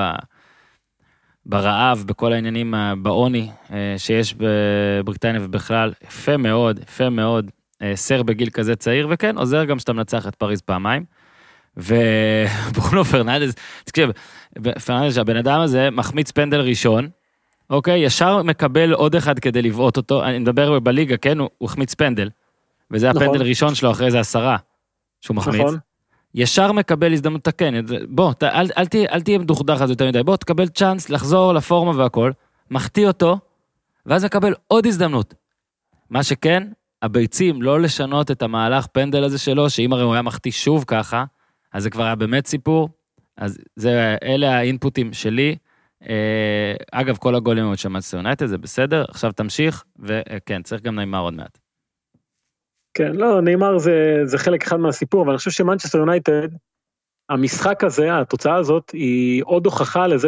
ברעב, בכל העניינים, בעוני שיש בבריטניה ובכלל, יפה מאוד, סר בגיל כזה צעיר, וכן, עוזר גם שאתה מנצח את פריז פעמיים, וברונו פרננדז, תקשיב, פרננדז, הבן אדם הזה מחמיץ פנדל ראשון, אוקיי, ישר מקבל עוד אחד כדי לבעוט אותו, אני מדבר בליגה, כן, הוא החמיץ פנדל, וזה הפנדל ראשון שלו, אחרי זה 10, שהוא מחמיץ. ישר מקבל הזדמנות לתקן, בוא, אל תהיה מדוכדך אז יותר מדי, בוא, תקבל צ'אנס לחזור לפורמה והכל, מחטיא אותו, ואז מקבל עוד הזדמנות. מה שכן, הביצים לא לשנות את המהלך פנדל הזה שלו, שאם הרי הוא היה מחטיא שוב ככה, אז זה כבר היה באמת סיפור, אז אלה האינפוטים שלי, אגב, כל הגולים עוד שמאנסטר יונייטד, זה בסדר, עכשיו תמשיך, וכן, צריך גם נאמר עוד מעט. כן, לא, נאמר זה חלק אחד מהסיפור, אבל אני חושב שמנצ'סטר יונייטד, המשחק הזה, התוצאה הזאת, היא עוד הוכחה לזה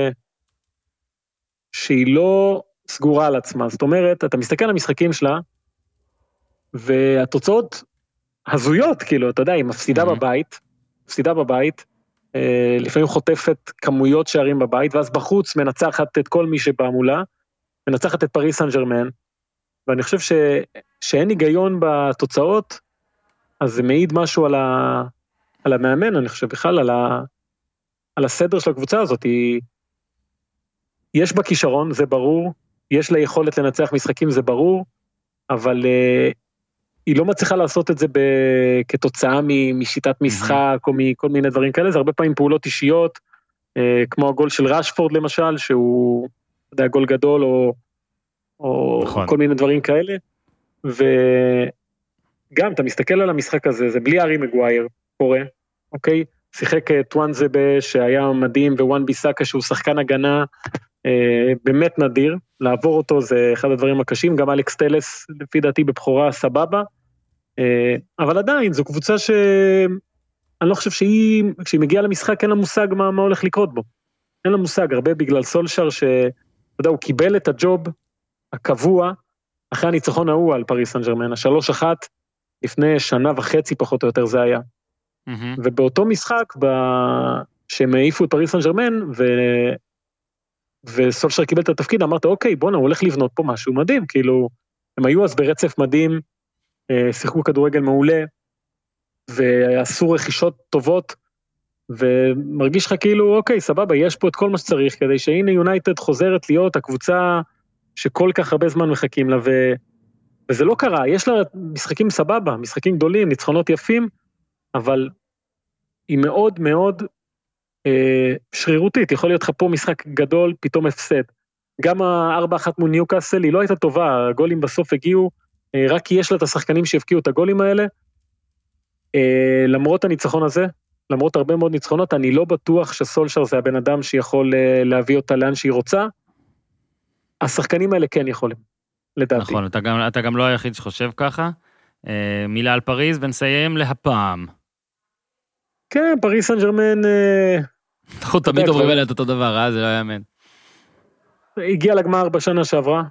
שהיא לא סגורה על עצמה. זאת אומרת, אתה מסתכל על המשחקים שלה, והתוצאות הזויות, כאילו, אתה יודע, היא מפסידה בבית, לפעמים חוטפת כמויות שערים בבית, ואז בחוץ מנצחת את כל מי שבא מולה, מנצחת את פריס סן ז'רמן, ואני חושב שאין היגיון בתוצאות, אז זה מעיד משהו על המאמן, אני חושב בכלל, על הסדר של הקבוצה הזאת. יש בה כישרון, זה ברור, יש לה יכולת לנצח משחקים, זה ברור, אבל היא לא מצליחה לעשות את זה כתוצאה משיטת משחק, או מכל מיני דברים כאלה, זה הרבה פעמים פעולות אישיות, כמו הגול של רשפורד למשל, שהוא גול גדול, או נכון. כל מיני דברים כאלה, וגם אתה מסתכל על המשחק הזה, זה בלי ארי מגווייר, קורה, אוקיי? שיחק טואנזבה שהיה מדהים, ווואן ביסאקה שהוא שחקן הגנה, באמת נדיר, לעבור אותו זה אחד הדברים הקשים, גם אלכס טלס לפי דעתי בבחורה סבבה, אבל עדיין זו קבוצה אני לא חושב כשהיא מגיעה למשחק אין לה מושג מה הולך לקרות בו, אין לה מושג, הרבה בגלל סולשר יודע, הוא קיבל את הג'וב הקבוע, אחרי הניצחון ההוא על פריס סן ז'רמן, 3-1, לפני שנה וחצי פחות או יותר זה היה. ובאותו משחק, שהם העיפו את פריס סן ז'רמן, וסולשר קיבל את התפקיד, אמרת, אוקיי, בוא'נה, הוא הולך לבנות פה משהו מדהים, כאילו, הם היו אז ברצף מדהים, שיחקו כדורגל מעולה, ועשו רכישות טובות, ומרגיש לך כאילו, אוקיי, סבבה, יש פה את כל מה שצריך, כדי שהנה יונייטד חוזרת להיות הקבוצה שכל כך הרבה זמן מחכים לה, וזה לא קרה, יש לה משחקים סבבה, משחקים גדולים, ניצחונות יפים, אבל היא מאוד מאוד שרירותית, יכול להיות לך פה משחק גדול, פתאום הפסד. גם ה-4-1 מול ניוקאסל, היא לא הייתה טובה, הגולים בסוף הגיעו, רק כי יש לה את השחקנים שהפקיעו את הגולים האלה, למרות הניצחון הזה, למרות הרבה מאוד ניצחונות, אני לא בטוח שסולשר זה הבן אדם שיכול להביא אותה לאן שהיא רוצה, השחקנים האלה כן יכולים, לדעתי. נכון, אתה גם לא היחיד שחושב ככה, מילה על פריז ונסיים להפעם. כן, פריס סן ז'רמן... אנחנו תמיד אומרים עליה את אותו דבר, זה לא יאמן. הגיע לגמר בשנה שעברה,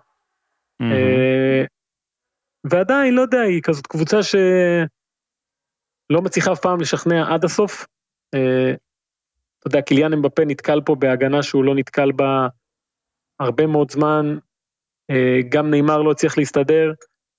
ועדיין, לא יודע, היא כזאת קבוצה שלא מצליחה אף פעם לשכנע עד הסוף. אתה יודע, קיליאן אמבפה נתקל פה בהגנה שהוא לא נתקל בה הרבה מאוד זמן, גם ניימר לא צריך להסתדר,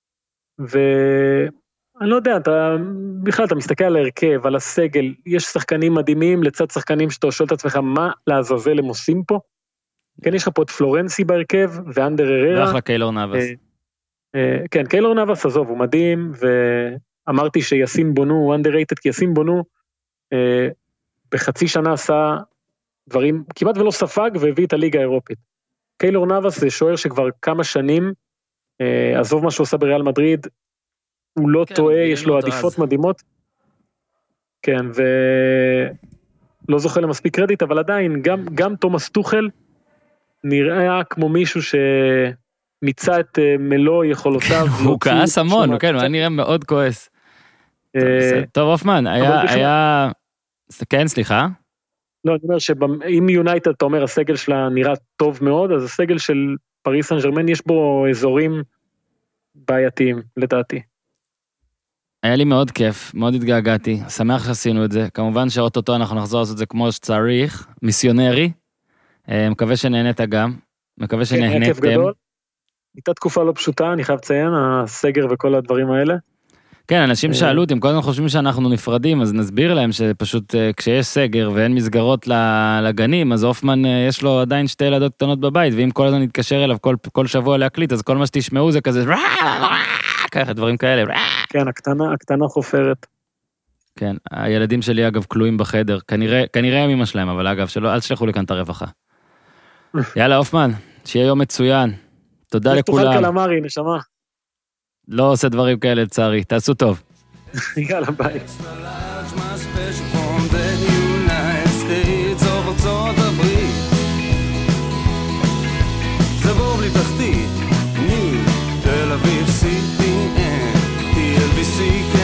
אני לא יודע, בכלל אתה מסתכל על ההרכב, על הסגל, יש שחקנים מדהימים לצד שחקנים שאתה שואל את עצמך, מה לעזאזל הם עושים פה? כן, יש לך פה את פלורנסי בהרכב, ואנדר הררה. ואחלה קיילור נאבס. כן, קיילור נאבס, עזוב, הוא מדהים, ואמרתי שיאסין בונו, הוא underrated, כי יאסין בונו, בחצי שנה עשה דברים, כמעט ולא ספג, והביא את הליגה האירופית. קיילור נאבס זה שוער שכבר כמה שנים, עזוב מה שהוא עושה בריאל מדריד, הוא לא טועה, יש לו עדיפות מדהימות. כן, ולא זוכה למספיק קרדיט, אבל עדיין, גם תומאס טוחל, נראה כמו מישהו שמיצה את מלוא יכולותיו. הוא כעס המון, כן, הוא נראה מאוד כועס. טוב, אופמן, היה... כן, סליחה? לא, אני אומר שאם יונייטד, אתה אומר, הסגל שלה נראה טוב מאוד, אז הסגל של פריס סן ז'רמן, יש בו אזורים בעייתיים, לדעתי. היה לי מאוד כיף, מאוד התגעגעתי, שמח שעשינו את זה, כמובן שאוטוטו אנחנו נחזור לעשות את זה כמו שצריך, מיסיונרי, מקווה שנהנית גם, מקווה שנהניתם. הייתה תקופה לא פשוטה, אני חייב לציין, הסגר וכל הדברים האלה. כן, אנשים שאלו אותי, הם כל הזמן חושבים שאנחנו נפרדים, אז נסביר להם שפשוט כשיש סגר ואין מסגרות לגנים, אז אופמן יש לו עדיין 2 ילדות קטנות בבית, ואם כל הזמן נתקשר אליו כל שבוע להקליט, אז כל מה שתשמעו זה כזה, ככה, דברים כאלה. כן, הקטנה חופרת. כן, הילדים שלי אגב כלואים בחדר, כנראה הם אמא שלהם, אבל אגב, אל תשלחו לי כאן את הרווחה. יאללה, אופמן, שיהיה יום מצוין. תודה לכולם. תאכל קלמרי, נשמה. לא עושה דברים כאלה לצערי, תעשו טוב. יאללה, ביי. זה בור בלי תחתית, ניו, תל אביב, CPN, TLBC,